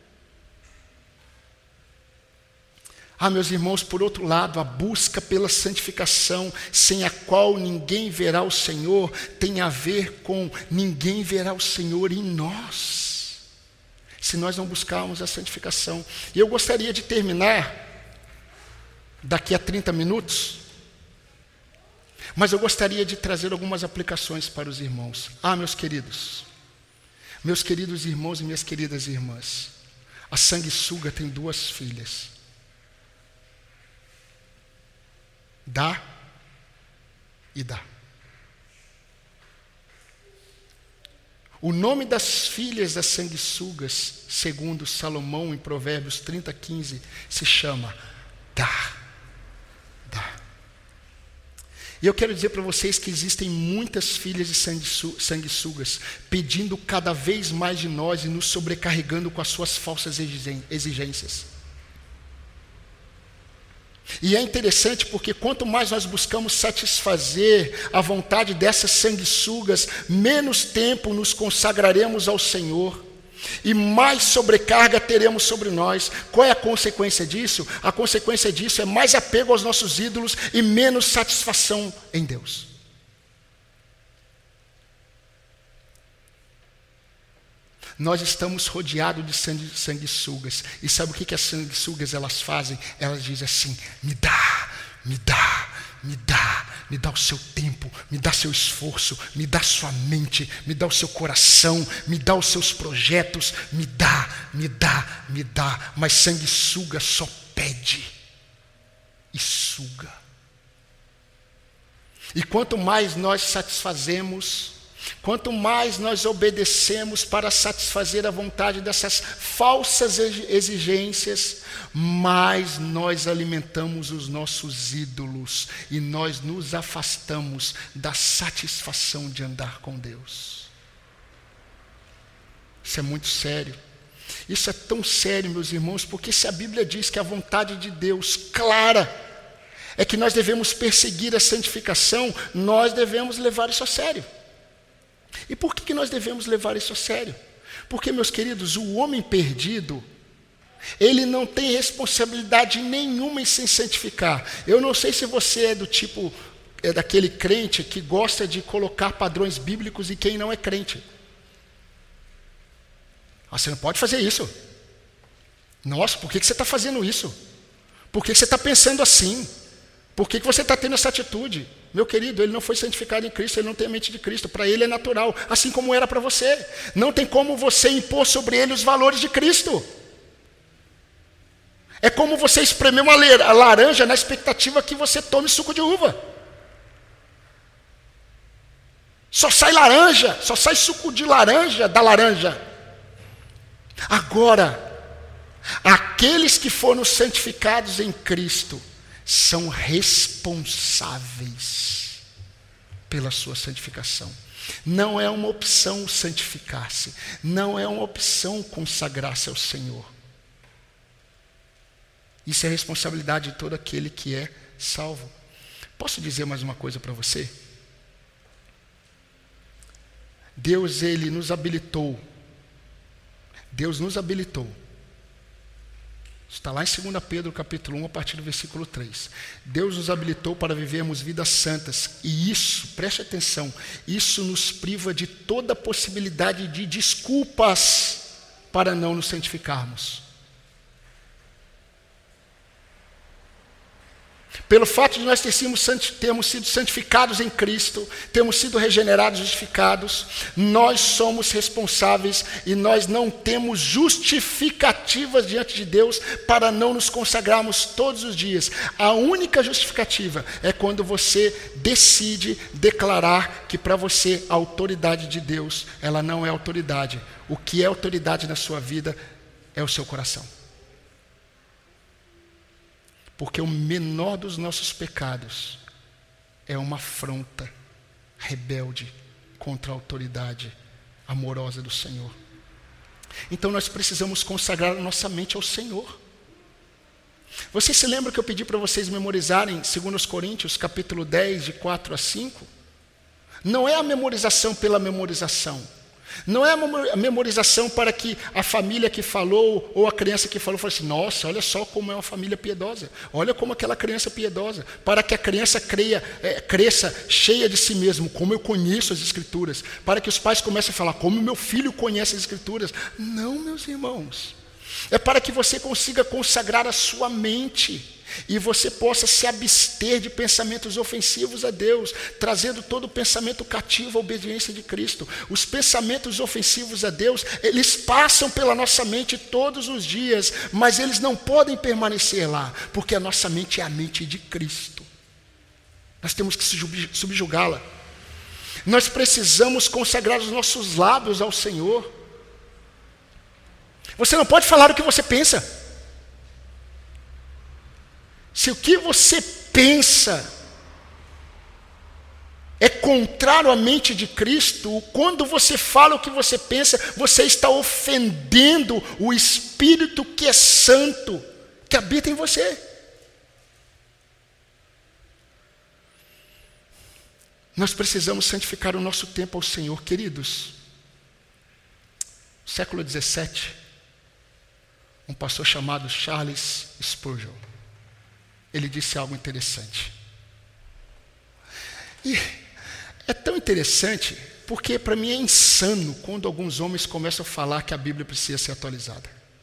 Ah, meus irmãos, por outro lado, a busca pela santificação, sem a qual ninguém verá o Senhor, tem a ver com ninguém verá o Senhor em nós, se nós não buscarmos a santificação. E eu gostaria de terminar daqui a trinta minutos, mas eu gostaria de trazer algumas aplicações para os irmãos. Ah, meus queridos, meus queridos irmãos e minhas queridas irmãs, a sanguessuga tem duas filhas. Dá e dá. O nome das filhas das sanguessugas, segundo Salomão em Provérbios trinta, quinze, se chama Dá. Dá. E eu quero dizer para vocês que existem muitas filhas de sanguessugas pedindo cada vez mais de nós e nos sobrecarregando com as suas falsas exigências. E é interessante porque quanto mais nós buscamos satisfazer a vontade dessas sanguessugas, menos tempo nos consagraremos ao Senhor e mais sobrecarga teremos sobre nós. Qual é a consequência disso? A consequência disso é mais apego aos nossos ídolos e menos satisfação em Deus. Nós estamos rodeados de sanguessugas. E sabe o que, que as sanguessugas elas fazem? Elas dizem assim: me dá, me dá, me dá, me dá o seu tempo, me dá seu esforço, me dá sua mente, me dá o seu coração, me dá os seus projetos, me dá, me dá, me dá. Mas sanguessuga só pede e suga. E quanto mais nós satisfazemos, quanto mais nós obedecemos para satisfazer a vontade dessas falsas exigências, mais nós alimentamos os nossos ídolos e nós nos afastamos da satisfação de andar com Deus. Isso é muito sério. Isso é tão sério, meus irmãos, porque se a Bíblia diz que a vontade de Deus clara é que nós devemos perseguir a santificação, nós devemos levar isso a sério. E por que, que nós devemos levar isso a sério? Porque, meus queridos, o homem perdido, ele não tem responsabilidade nenhuma em se santificar. Eu não sei se você é do tipo, é daquele crente que gosta de colocar padrões bíblicos em quem não é crente. Ah, você não pode fazer isso. Nossa, por que, que você está fazendo isso? Por que, que você está pensando assim? Por que, que você está tendo essa atitude? Meu querido, ele não foi santificado em Cristo, ele não tem a mente de Cristo. Para ele é natural, assim como era para você. Não tem como você impor sobre ele os valores de Cristo. É como você espremer uma laranja na expectativa que você tome suco de uva. Só sai laranja, só sai suco de laranja da laranja. Agora, aqueles que foram santificados em Cristo são responsáveis pela sua santificação. Não é uma opção santificar-se, não é uma opção consagrar-se ao Senhor. Isso é responsabilidade de todo aquele que é salvo. Posso dizer mais uma coisa para você? Deus, ele nos habilitou, Deus nos habilitou. Está lá em segunda Pedro capítulo um, a partir do versículo três. Deus nos habilitou para vivermos vidas santas. E isso, preste atenção, isso nos priva de toda possibilidade de desculpas para não nos santificarmos. Pelo fato de nós termos sido santificados em Cristo, termos sido regenerados, justificados, nós somos responsáveis e nós não temos justificativas diante de Deus para não nos consagrarmos todos os dias. A única justificativa é quando você decide declarar que para você a autoridade de Deus, ela não é autoridade. O que é autoridade na sua vida é o seu coração. Porque o menor dos nossos pecados é uma afronta rebelde contra a autoridade amorosa do Senhor. Então nós precisamos consagrar a nossa mente ao Senhor. Vocês se lembram que eu pedi para vocês memorizarem dois Coríntios, capítulo dez, de quatro a cinco? Não é a memorização pela memorização. Não é a memorização para que a família que falou ou a criança que falou fale assim, nossa, olha só como é uma família piedosa, olha como aquela criança é piedosa, para que a criança creia, é, cresça cheia de si mesmo, como eu conheço as Escrituras, para que os pais comecem a falar, como meu filho conhece as Escrituras. Não, meus irmãos, é para que você consiga consagrar a sua mente e você possa se abster de pensamentos ofensivos a Deus, trazendo todo o pensamento cativo à obediência de Cristo. Os pensamentos ofensivos a Deus, eles passam pela nossa mente todos os dias, mas eles não podem permanecer lá, porque a nossa mente é a mente de Cristo. Nós temos que subjugá-la. Nós precisamos consagrar os nossos lábios ao Senhor. Você não pode falar o que você pensa. Se o que você pensa é contrário à mente de Cristo, quando você fala o que você pensa, você está ofendendo o Espírito que é santo, que habita em você. Nós precisamos santificar o nosso tempo ao Senhor, queridos. No século dezessete, um pastor chamado Charles Spurgeon, ele disse algo interessante. E é tão interessante, porque para mim é insano quando alguns homens começam a falar que a Bíblia precisa ser atualizada.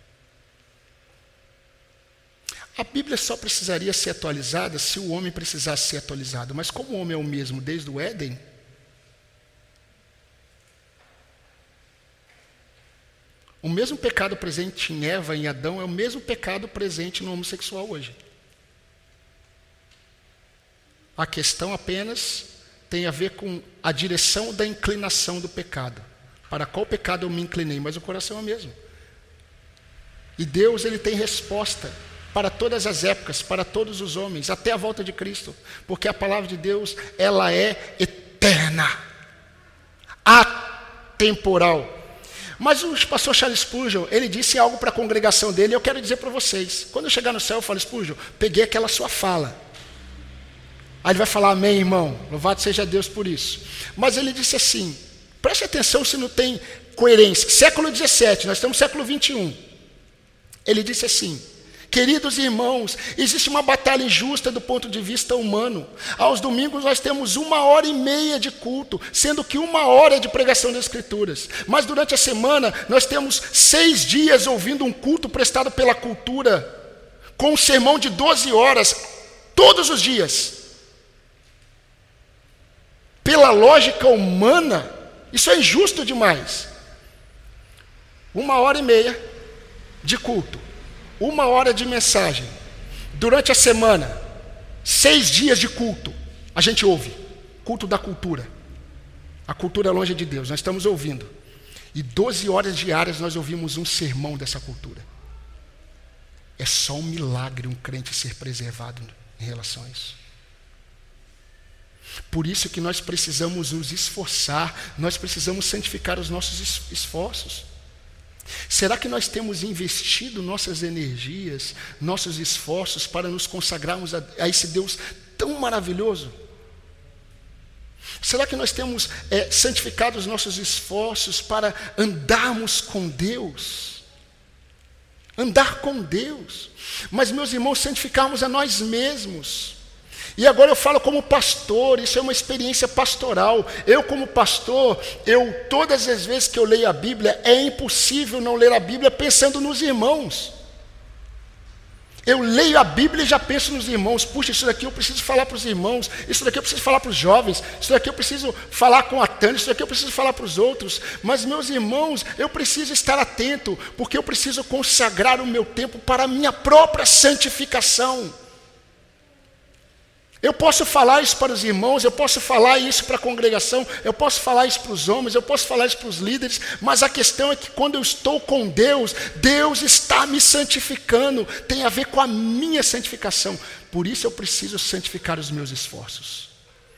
A Bíblia só precisaria ser atualizada se o homem precisasse ser atualizado. Mas como o homem é o mesmo desde o Éden, o mesmo pecado presente em Eva e em Adão é o mesmo pecado presente no homossexual hoje. A questão apenas tem a ver com a direção da inclinação do pecado. Para qual pecado eu me inclinei, mas o coração é o mesmo. E Deus, ele tem resposta para todas as épocas, para todos os homens, até a volta de Cristo. Porque a palavra de Deus, ela é eterna, atemporal. Mas o pastor Charles Spurgeon, ele disse algo para a congregação dele, e eu quero dizer para vocês. Quando eu chegar no céu, eu falo, Spurgeon, peguei aquela sua fala. Aí ele vai falar, amém, irmão, louvado seja Deus por isso. Mas ele disse assim, preste atenção se não tem coerência. Século dezessete, nós estamos no século vinte e um. Ele disse assim, queridos irmãos, existe uma batalha injusta do ponto de vista humano. Aos domingos nós temos uma hora e meia de culto, sendo que uma hora é de pregação das Escrituras. Mas durante a semana nós temos seis dias ouvindo um culto prestado pela cultura, com um sermão de doze horas, todos os dias. Pela lógica humana, isso é injusto demais. Uma hora e meia de culto, uma hora de mensagem. Durante a semana, seis dias de culto, a gente ouve. Culto da cultura. A cultura é longe de Deus, nós estamos ouvindo. E doze horas diárias nós ouvimos um sermão dessa cultura. É só um milagre um crente ser preservado em relação a isso. Por isso que nós precisamos nos esforçar, nós precisamos santificar os nossos esforços. Será que nós temos investido nossas energias, nossos esforços para nos consagrarmos a, a esse Deus tão maravilhoso? Será que nós temos é, santificado os nossos esforços para andarmos com Deus? andar com Deus. Mas, meus irmãos, santificarmos a nós mesmos. E agora eu falo como pastor, isso é uma experiência pastoral. Eu como pastor, eu todas as vezes que eu leio a Bíblia, é impossível não ler a Bíblia pensando nos irmãos. Eu leio a Bíblia e já penso nos irmãos. Puxa, isso daqui eu preciso falar para os irmãos, isso daqui eu preciso falar para os jovens, isso daqui eu preciso falar com a Tânia, isso daqui eu preciso falar para os outros. Mas, meus irmãos, eu preciso estar atento, porque eu preciso consagrar o meu tempo para a minha própria santificação. Eu posso falar isso para os irmãos, eu posso falar isso para a congregação, eu posso falar isso para os homens, eu posso falar isso para os líderes, mas a questão é que quando eu estou com Deus, Deus está me santificando, tem a ver com a minha santificação. Por isso eu preciso santificar os meus esforços.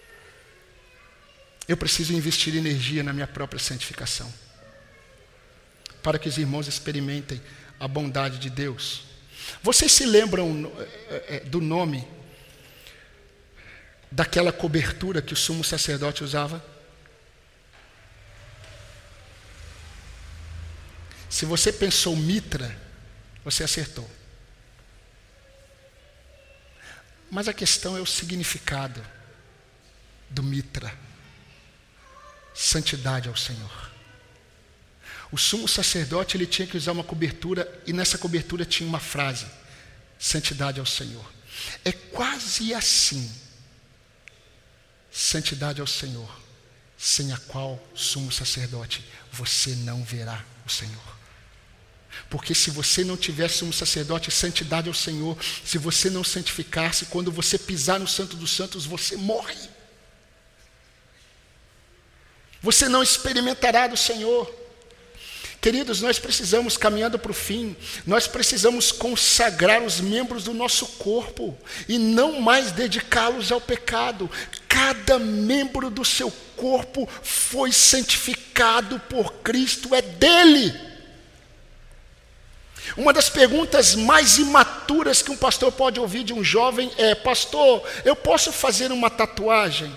Eu preciso investir energia na minha própria santificação, para que os irmãos experimentem a bondade de Deus. Vocês se lembram do nome daquela cobertura que o sumo sacerdote usava? Se você pensou mitra, você acertou. Mas a questão é o significado do mitra. Santidade ao Senhor. O sumo sacerdote, ele tinha que usar uma cobertura, e nessa cobertura tinha uma frase: santidade ao Senhor. É quase assim: santidade ao Senhor, sem a qual, sumo sacerdote, você não verá o Senhor. Porque se você não tivesse sumo sacerdote, santidade ao Senhor, se você não santificasse, quando você pisar no Santo dos Santos, você morre. Você não experimentará do Senhor. Queridos, nós precisamos, caminhando para o fim, nós precisamos consagrar os membros do nosso corpo e não mais dedicá-los ao pecado. Cada membro do seu corpo foi santificado por Cristo, é dele. Uma das perguntas mais imaturas que um pastor pode ouvir de um jovem é: pastor, eu posso fazer uma tatuagem?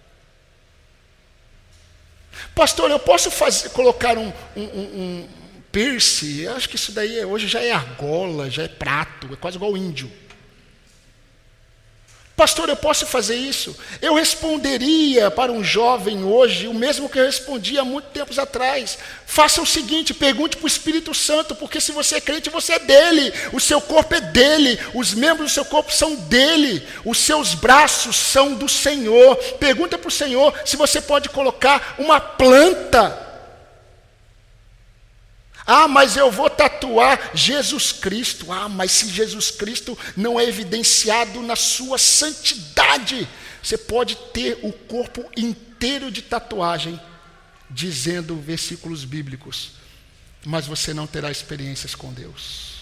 Pastor, eu posso fazer, colocar um, um, um piercing? Eu acho que isso daí hoje já é argola, já é prato, é quase igual índio. Pastor, eu posso fazer isso? Eu responderia para um jovem hoje o mesmo que eu respondia há muito tempos atrás. Faça o seguinte: pergunte para o Espírito Santo, porque se você é crente, você é dele, o seu corpo é dele, os membros do seu corpo são dele, os seus braços são do Senhor. Pergunta para o Senhor se você pode colocar uma planta. Ah, mas eu vou tatuar Jesus Cristo. Ah, mas se Jesus Cristo não é evidenciado na sua santidade, você pode ter o corpo inteiro de tatuagem, dizendo versículos bíblicos, mas você não terá experiências com Deus.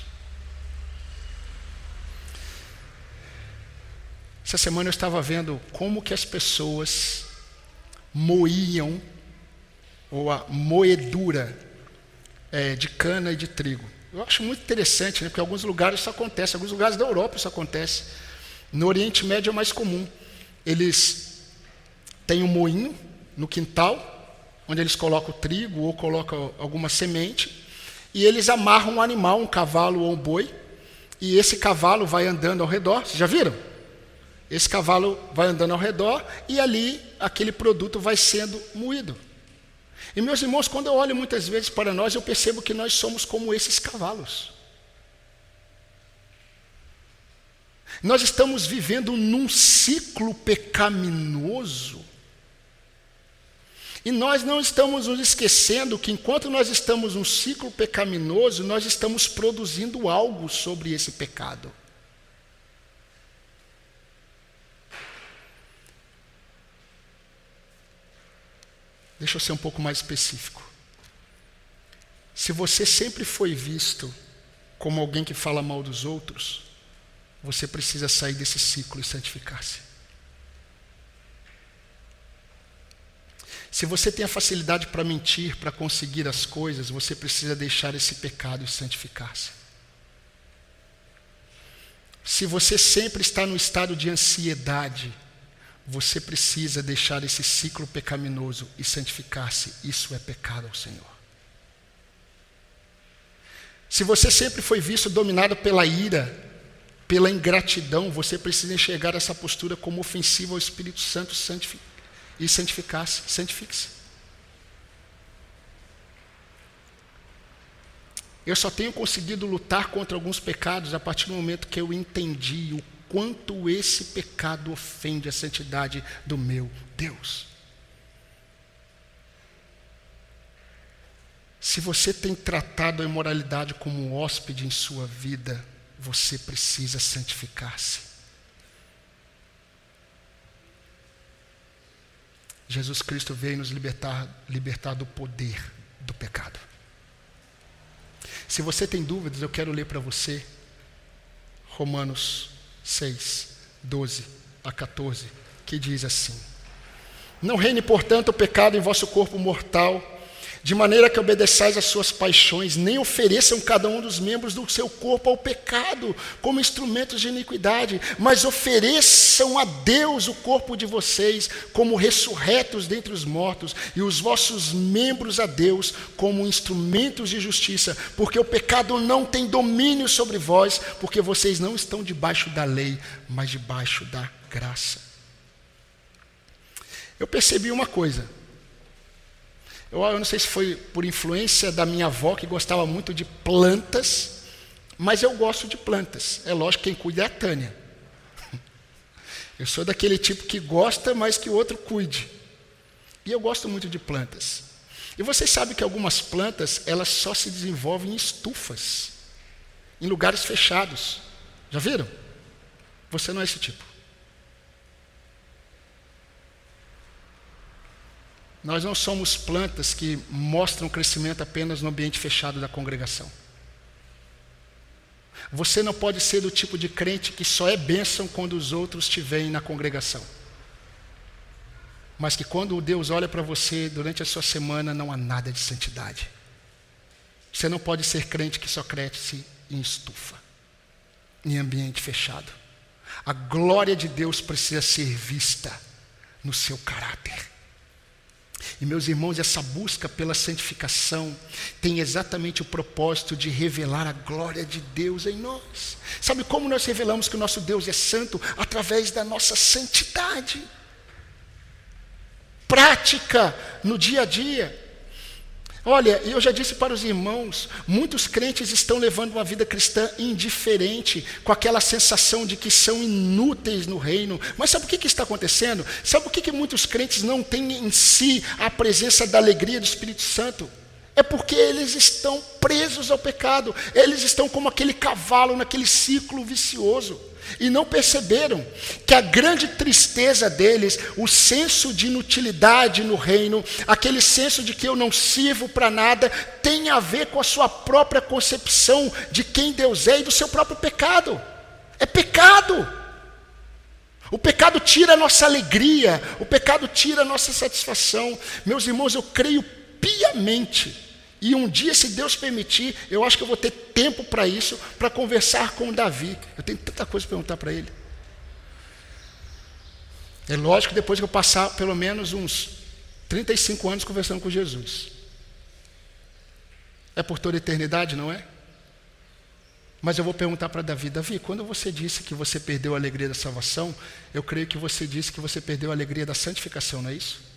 Essa semana eu estava vendo como que as pessoas moíam, ou a moedura É, de cana e de trigo. Eu acho muito interessante, né? Porque em alguns lugares isso acontece, em alguns lugares da Europa isso acontece. No Oriente Médio é mais comum. Eles têm um moinho no quintal, onde eles colocam o trigo ou colocam alguma semente, e eles amarram um animal, um cavalo ou um boi, e esse cavalo vai andando ao redor. Vocês já viram? Esse cavalo vai andando ao redor e ali aquele produto vai sendo moído. E, meus irmãos, quando eu olho muitas vezes para nós, eu percebo que nós somos como esses cavalos. Nós estamos vivendo num ciclo pecaminoso. E nós não estamos nos esquecendo que enquanto nós estamos num ciclo pecaminoso, nós estamos produzindo algo sobre esse pecado. Deixa eu ser um pouco mais específico. Se você sempre foi visto como alguém que fala mal dos outros, você precisa sair desse ciclo e santificar-se. Se você tem a facilidade para mentir, para conseguir as coisas, você precisa deixar esse pecado e santificar-se. Se você sempre está no estado de ansiedade, você precisa deixar esse ciclo pecaminoso e santificar-se. Isso é pecado ao Senhor. Se você sempre foi visto dominado pela ira, pela ingratidão, você precisa enxergar essa postura como ofensiva ao Espírito Santo e santificar-se, santifique-se. Eu só tenho conseguido lutar contra alguns pecados a partir do momento que eu entendi o quanto esse pecado ofende a santidade do meu Deus. Se você tem tratado a imoralidade como um hóspede em sua vida, você precisa santificar-se. Jesus Cristo veio nos libertar, libertar do poder do pecado. Se você tem dúvidas, eu quero ler para você Romanos seis, doze a quatorze, que diz assim: Não reine, portanto, o pecado em vosso corpo mortal, de maneira que obedeçais às suas paixões, nem ofereçam cada um dos membros do seu corpo ao pecado, como instrumentos de iniquidade, mas ofereçam a Deus o corpo de vocês, como ressurretos dentre os mortos, e os vossos membros a Deus, como instrumentos de justiça, porque o pecado não tem domínio sobre vós, porque vocês não estão debaixo da lei, mas debaixo da graça. Eu percebi uma coisa. Eu, eu não sei se foi por influência da minha avó, que gostava muito de plantas, mas eu gosto de plantas. É lógico que quem cuida é a Tânia. Eu sou daquele tipo que gosta, mas que o outro cuide. E eu gosto muito de plantas. E vocês sabem que algumas plantas, elas só se desenvolvem em estufas, em lugares fechados. Já viram? Você não é esse tipo. Nós não somos plantas que mostram crescimento apenas no ambiente fechado da congregação. Você não pode ser do tipo de crente que só é bênção quando os outros te veem na congregação. Mas que quando Deus olha para você durante a sua semana, não há nada de santidade. Você não pode ser crente que só cresce em estufa, em ambiente fechado. A glória de Deus precisa ser vista no seu caráter. E meus irmãos, essa busca pela santificação tem exatamente o propósito de revelar a glória de Deus em nós. Sabe como nós revelamos que o nosso Deus é santo? Através da nossa santidade. Prática no dia a dia. Olha, eu já disse para os irmãos, muitos crentes estão levando uma vida cristã indiferente, com aquela sensação de que são inúteis no reino. Mas sabe o que, que está acontecendo? Sabe por que, que muitos crentes não têm em si a presença da alegria do Espírito Santo? É porque eles estão presos ao pecado. Eles estão como aquele cavalo naquele ciclo vicioso. E não perceberam que a grande tristeza deles, o senso de inutilidade no reino, aquele senso de que eu não sirvo para nada, tem a ver com a sua própria concepção de quem Deus é e do seu próprio pecado. É pecado. O pecado tira a nossa alegria, o pecado tira a nossa satisfação. Meus irmãos, eu creio piamente. E um dia, se Deus permitir, eu acho que eu vou ter tempo para isso, para conversar com Davi. Eu tenho tanta coisa para perguntar para ele. É lógico que depois que eu passar pelo menos uns trinta e cinco anos conversando com Jesus. É por toda a eternidade, não é? Mas eu vou perguntar para Davi: Davi, quando você disse que você perdeu a alegria da salvação, eu creio que você disse que você perdeu a alegria da santificação, não é isso?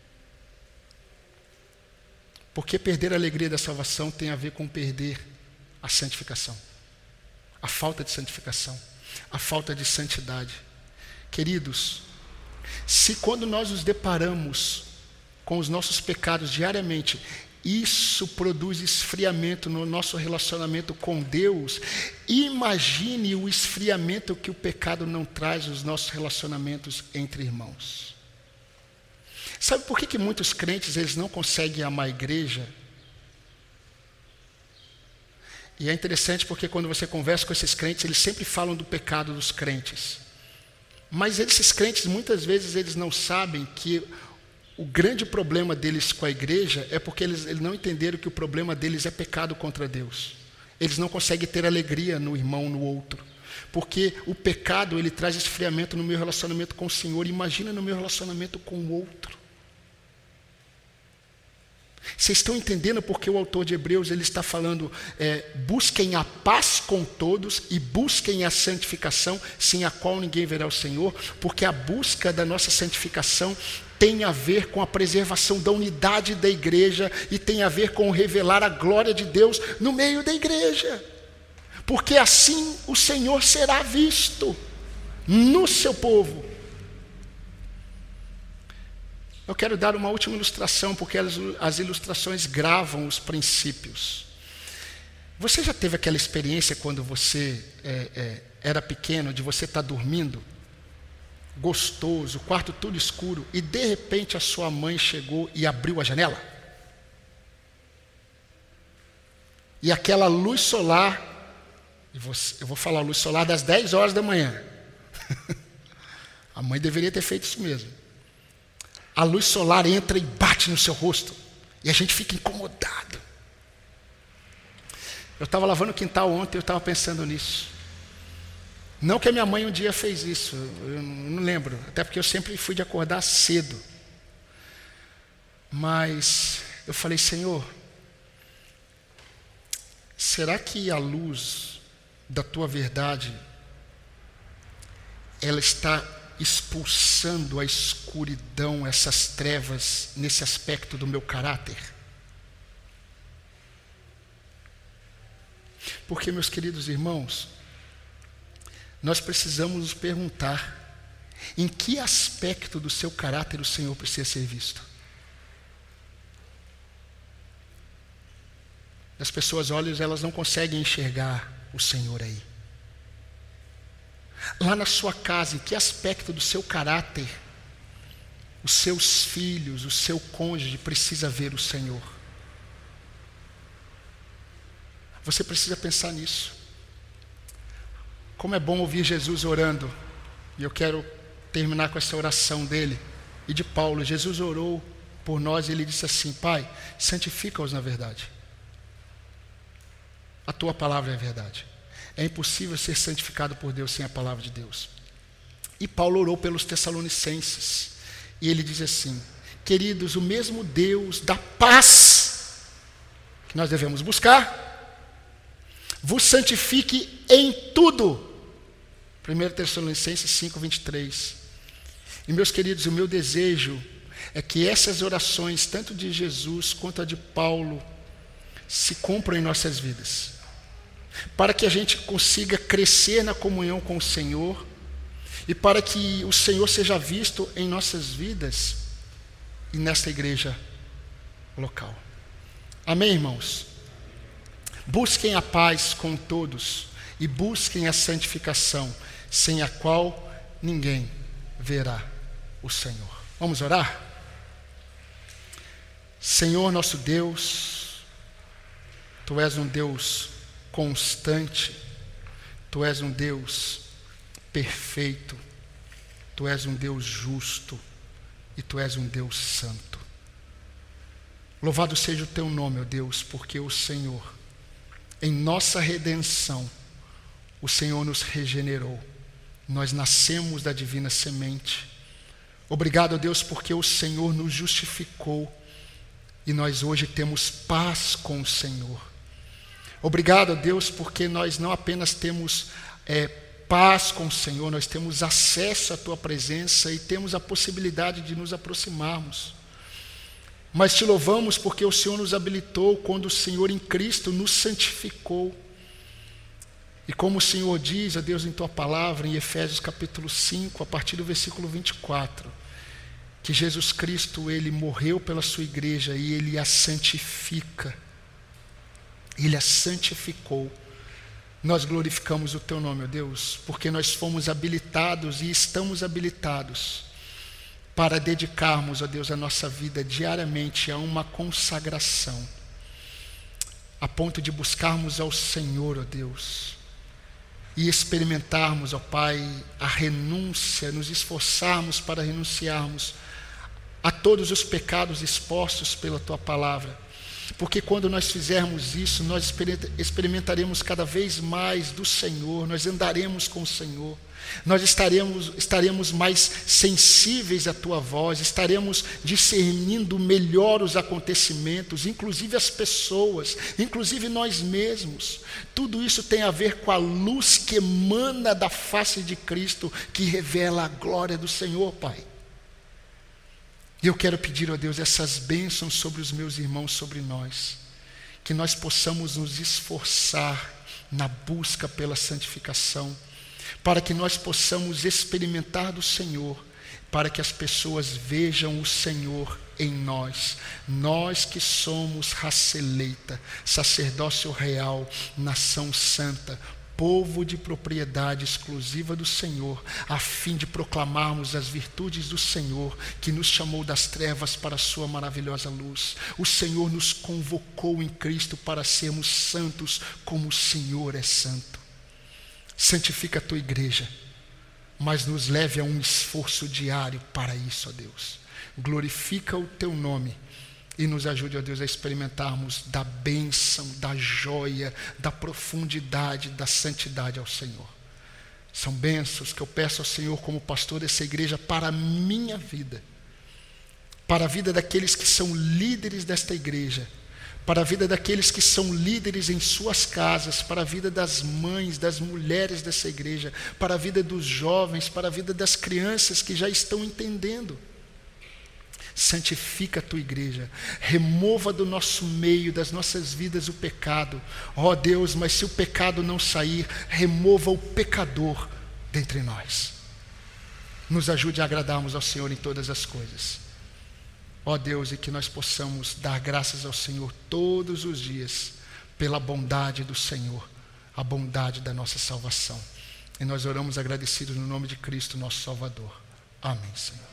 Porque perder a alegria da salvação tem a ver com perder a santificação. A falta de santificação. A falta de santidade. Queridos, se quando nós nos deparamos com os nossos pecados diariamente, isso produz esfriamento no nosso relacionamento com Deus, imagine o esfriamento que o pecado não traz nos nossos relacionamentos entre irmãos. Sabe por que, que muitos crentes eles não conseguem amar a igreja? E é interessante porque quando você conversa com esses crentes, eles sempre falam do pecado dos crentes. Mas esses crentes, muitas vezes, eles não sabem que o grande problema deles com a igreja é porque eles, eles não entenderam que o problema deles é pecado contra Deus. Eles não conseguem ter alegria no irmão, no outro. Porque o pecado, ele traz esfriamento no meu relacionamento com o Senhor. Imagina no meu relacionamento com o outro. Vocês estão entendendo porque o autor de Hebreus ele está falando, é, busquem a paz com todos e busquem a santificação, sem a qual ninguém verá o Senhor, porque a busca da nossa santificação tem a ver com a preservação da unidade da igreja e tem a ver com revelar a glória de Deus no meio da igreja, porque assim o Senhor será visto no seu povo. Eu quero dar uma última ilustração, porque as, as ilustrações gravam os princípios. Você já teve aquela experiência quando você é, é, era pequeno, de você estar dormindo, gostoso, o quarto tudo escuro, e de repente a sua mãe chegou e abriu a janela? E aquela luz solar, e você, eu vou falar luz solar das dez horas da manhã. A mãe deveria ter feito isso mesmo. A luz solar entra e bate no seu rosto. E a gente fica incomodado. Eu estava lavando o quintal ontem, eu estava pensando nisso. Não que a minha mãe um dia fez isso, eu não lembro. Até porque eu sempre fui de acordar cedo. Mas eu falei, Senhor, será que a luz da Tua verdade, ela está expulsando a escuridão, essas trevas, nesse aspecto do meu caráter? Porque, meus queridos irmãos, nós precisamos nos perguntar, em que aspecto do seu caráter o Senhor precisa ser visto? As pessoas olham, elas não conseguem enxergar o Senhor aí. Lá na sua casa, em que aspecto do seu caráter os seus filhos, o seu cônjuge precisa ver o Senhor? Você precisa pensar nisso. Como é bom ouvir Jesus orando. E eu quero terminar com essa oração dele e de Paulo. Jesus orou por nós e ele disse assim: Pai, santifica-os na verdade. A tua palavra é a verdade. É impossível ser santificado por Deus sem a palavra de Deus. E Paulo orou pelos Tessalonicenses. E ele diz assim: queridos, o mesmo Deus da paz que nós devemos buscar, vos santifique em tudo. primeira Tessalonicenses cinco, vinte e três. E meus queridos, o meu desejo é que essas orações, tanto de Jesus quanto a de Paulo, se cumpram em nossas vidas, para que a gente consiga crescer na comunhão com o Senhor e para que o Senhor seja visto em nossas vidas e nesta igreja local. Amém, irmãos? Busquem a paz com todos e busquem a santificação, sem a qual ninguém verá o Senhor. Vamos orar? Senhor nosso Deus, Tu és um Deus constante, Tu és um Deus perfeito, Tu és um Deus justo e Tu és um Deus santo. Louvado seja o Teu nome, ó Deus, porque o Senhor, em nossa redenção, o Senhor nos regenerou. Nós nascemos da divina semente. Obrigado, ó Deus, porque o Senhor nos justificou e nós hoje temos paz com o Senhor. Obrigado, Deus, porque nós não apenas temos é, paz com o Senhor, nós temos acesso à Tua presença e temos a possibilidade de nos aproximarmos. Mas Te louvamos porque o Senhor nos habilitou quando o Senhor em Cristo nos santificou. E como o Senhor diz, ó Deus, em Tua palavra, em Efésios capítulo cinco, a partir do versículo vinte e quatro, que Jesus Cristo, Ele morreu pela Sua igreja e Ele a santifica. Ele a santificou. Nós glorificamos o Teu nome, ó Deus, porque nós fomos habilitados e estamos habilitados para dedicarmos, ó Deus, a nossa vida diariamente a uma consagração, a ponto de buscarmos ao Senhor, ó Deus, e experimentarmos, ó Pai, a renúncia, nos esforçarmos para renunciarmos a todos os pecados expostos pela Tua palavra, porque quando nós fizermos isso, nós experimentaremos cada vez mais do Senhor, nós andaremos com o Senhor, nós estaremos, estaremos mais sensíveis à tua voz, estaremos discernindo melhor os acontecimentos, inclusive as pessoas, inclusive nós mesmos. Tudo isso tem a ver com a luz que emana da face de Cristo, que revela a glória do Senhor, Pai. E eu quero pedir, ó Deus, essas bênçãos sobre os meus irmãos, sobre nós, que nós possamos nos esforçar na busca pela santificação, para que nós possamos experimentar do Senhor, para que as pessoas vejam o Senhor em nós, nós que somos raça eleita, sacerdócio real, nação santa, povo de propriedade exclusiva do Senhor, a fim de proclamarmos as virtudes do Senhor, que nos chamou das trevas para a sua maravilhosa luz. O Senhor nos convocou em Cristo para sermos santos como o Senhor é santo. Santifica a tua igreja, mas nos leve a um esforço diário para isso, ó Deus. Glorifica o teu nome e nos ajude, ó Deus, a experimentarmos da bênção, da joia, da profundidade, da santidade ao Senhor. São bênçãos que eu peço ao Senhor como pastor dessa igreja para a minha vida, para a vida daqueles que são líderes desta igreja, para a vida daqueles que são líderes em suas casas, para a vida das mães, das mulheres dessa igreja, para a vida dos jovens, para a vida das crianças que já estão entendendo. Santifica a tua igreja, remova do nosso meio, das nossas vidas o pecado, ó Deus, mas se o pecado não sair, remova o pecador dentre nós. Nos ajude a agradarmos ao Senhor em todas as coisas, ó Deus, e que nós possamos dar graças ao Senhor todos os dias, pela bondade do Senhor, a bondade da nossa salvação. E nós oramos agradecidos no nome de Cristo, nosso Salvador. Amém, Senhor.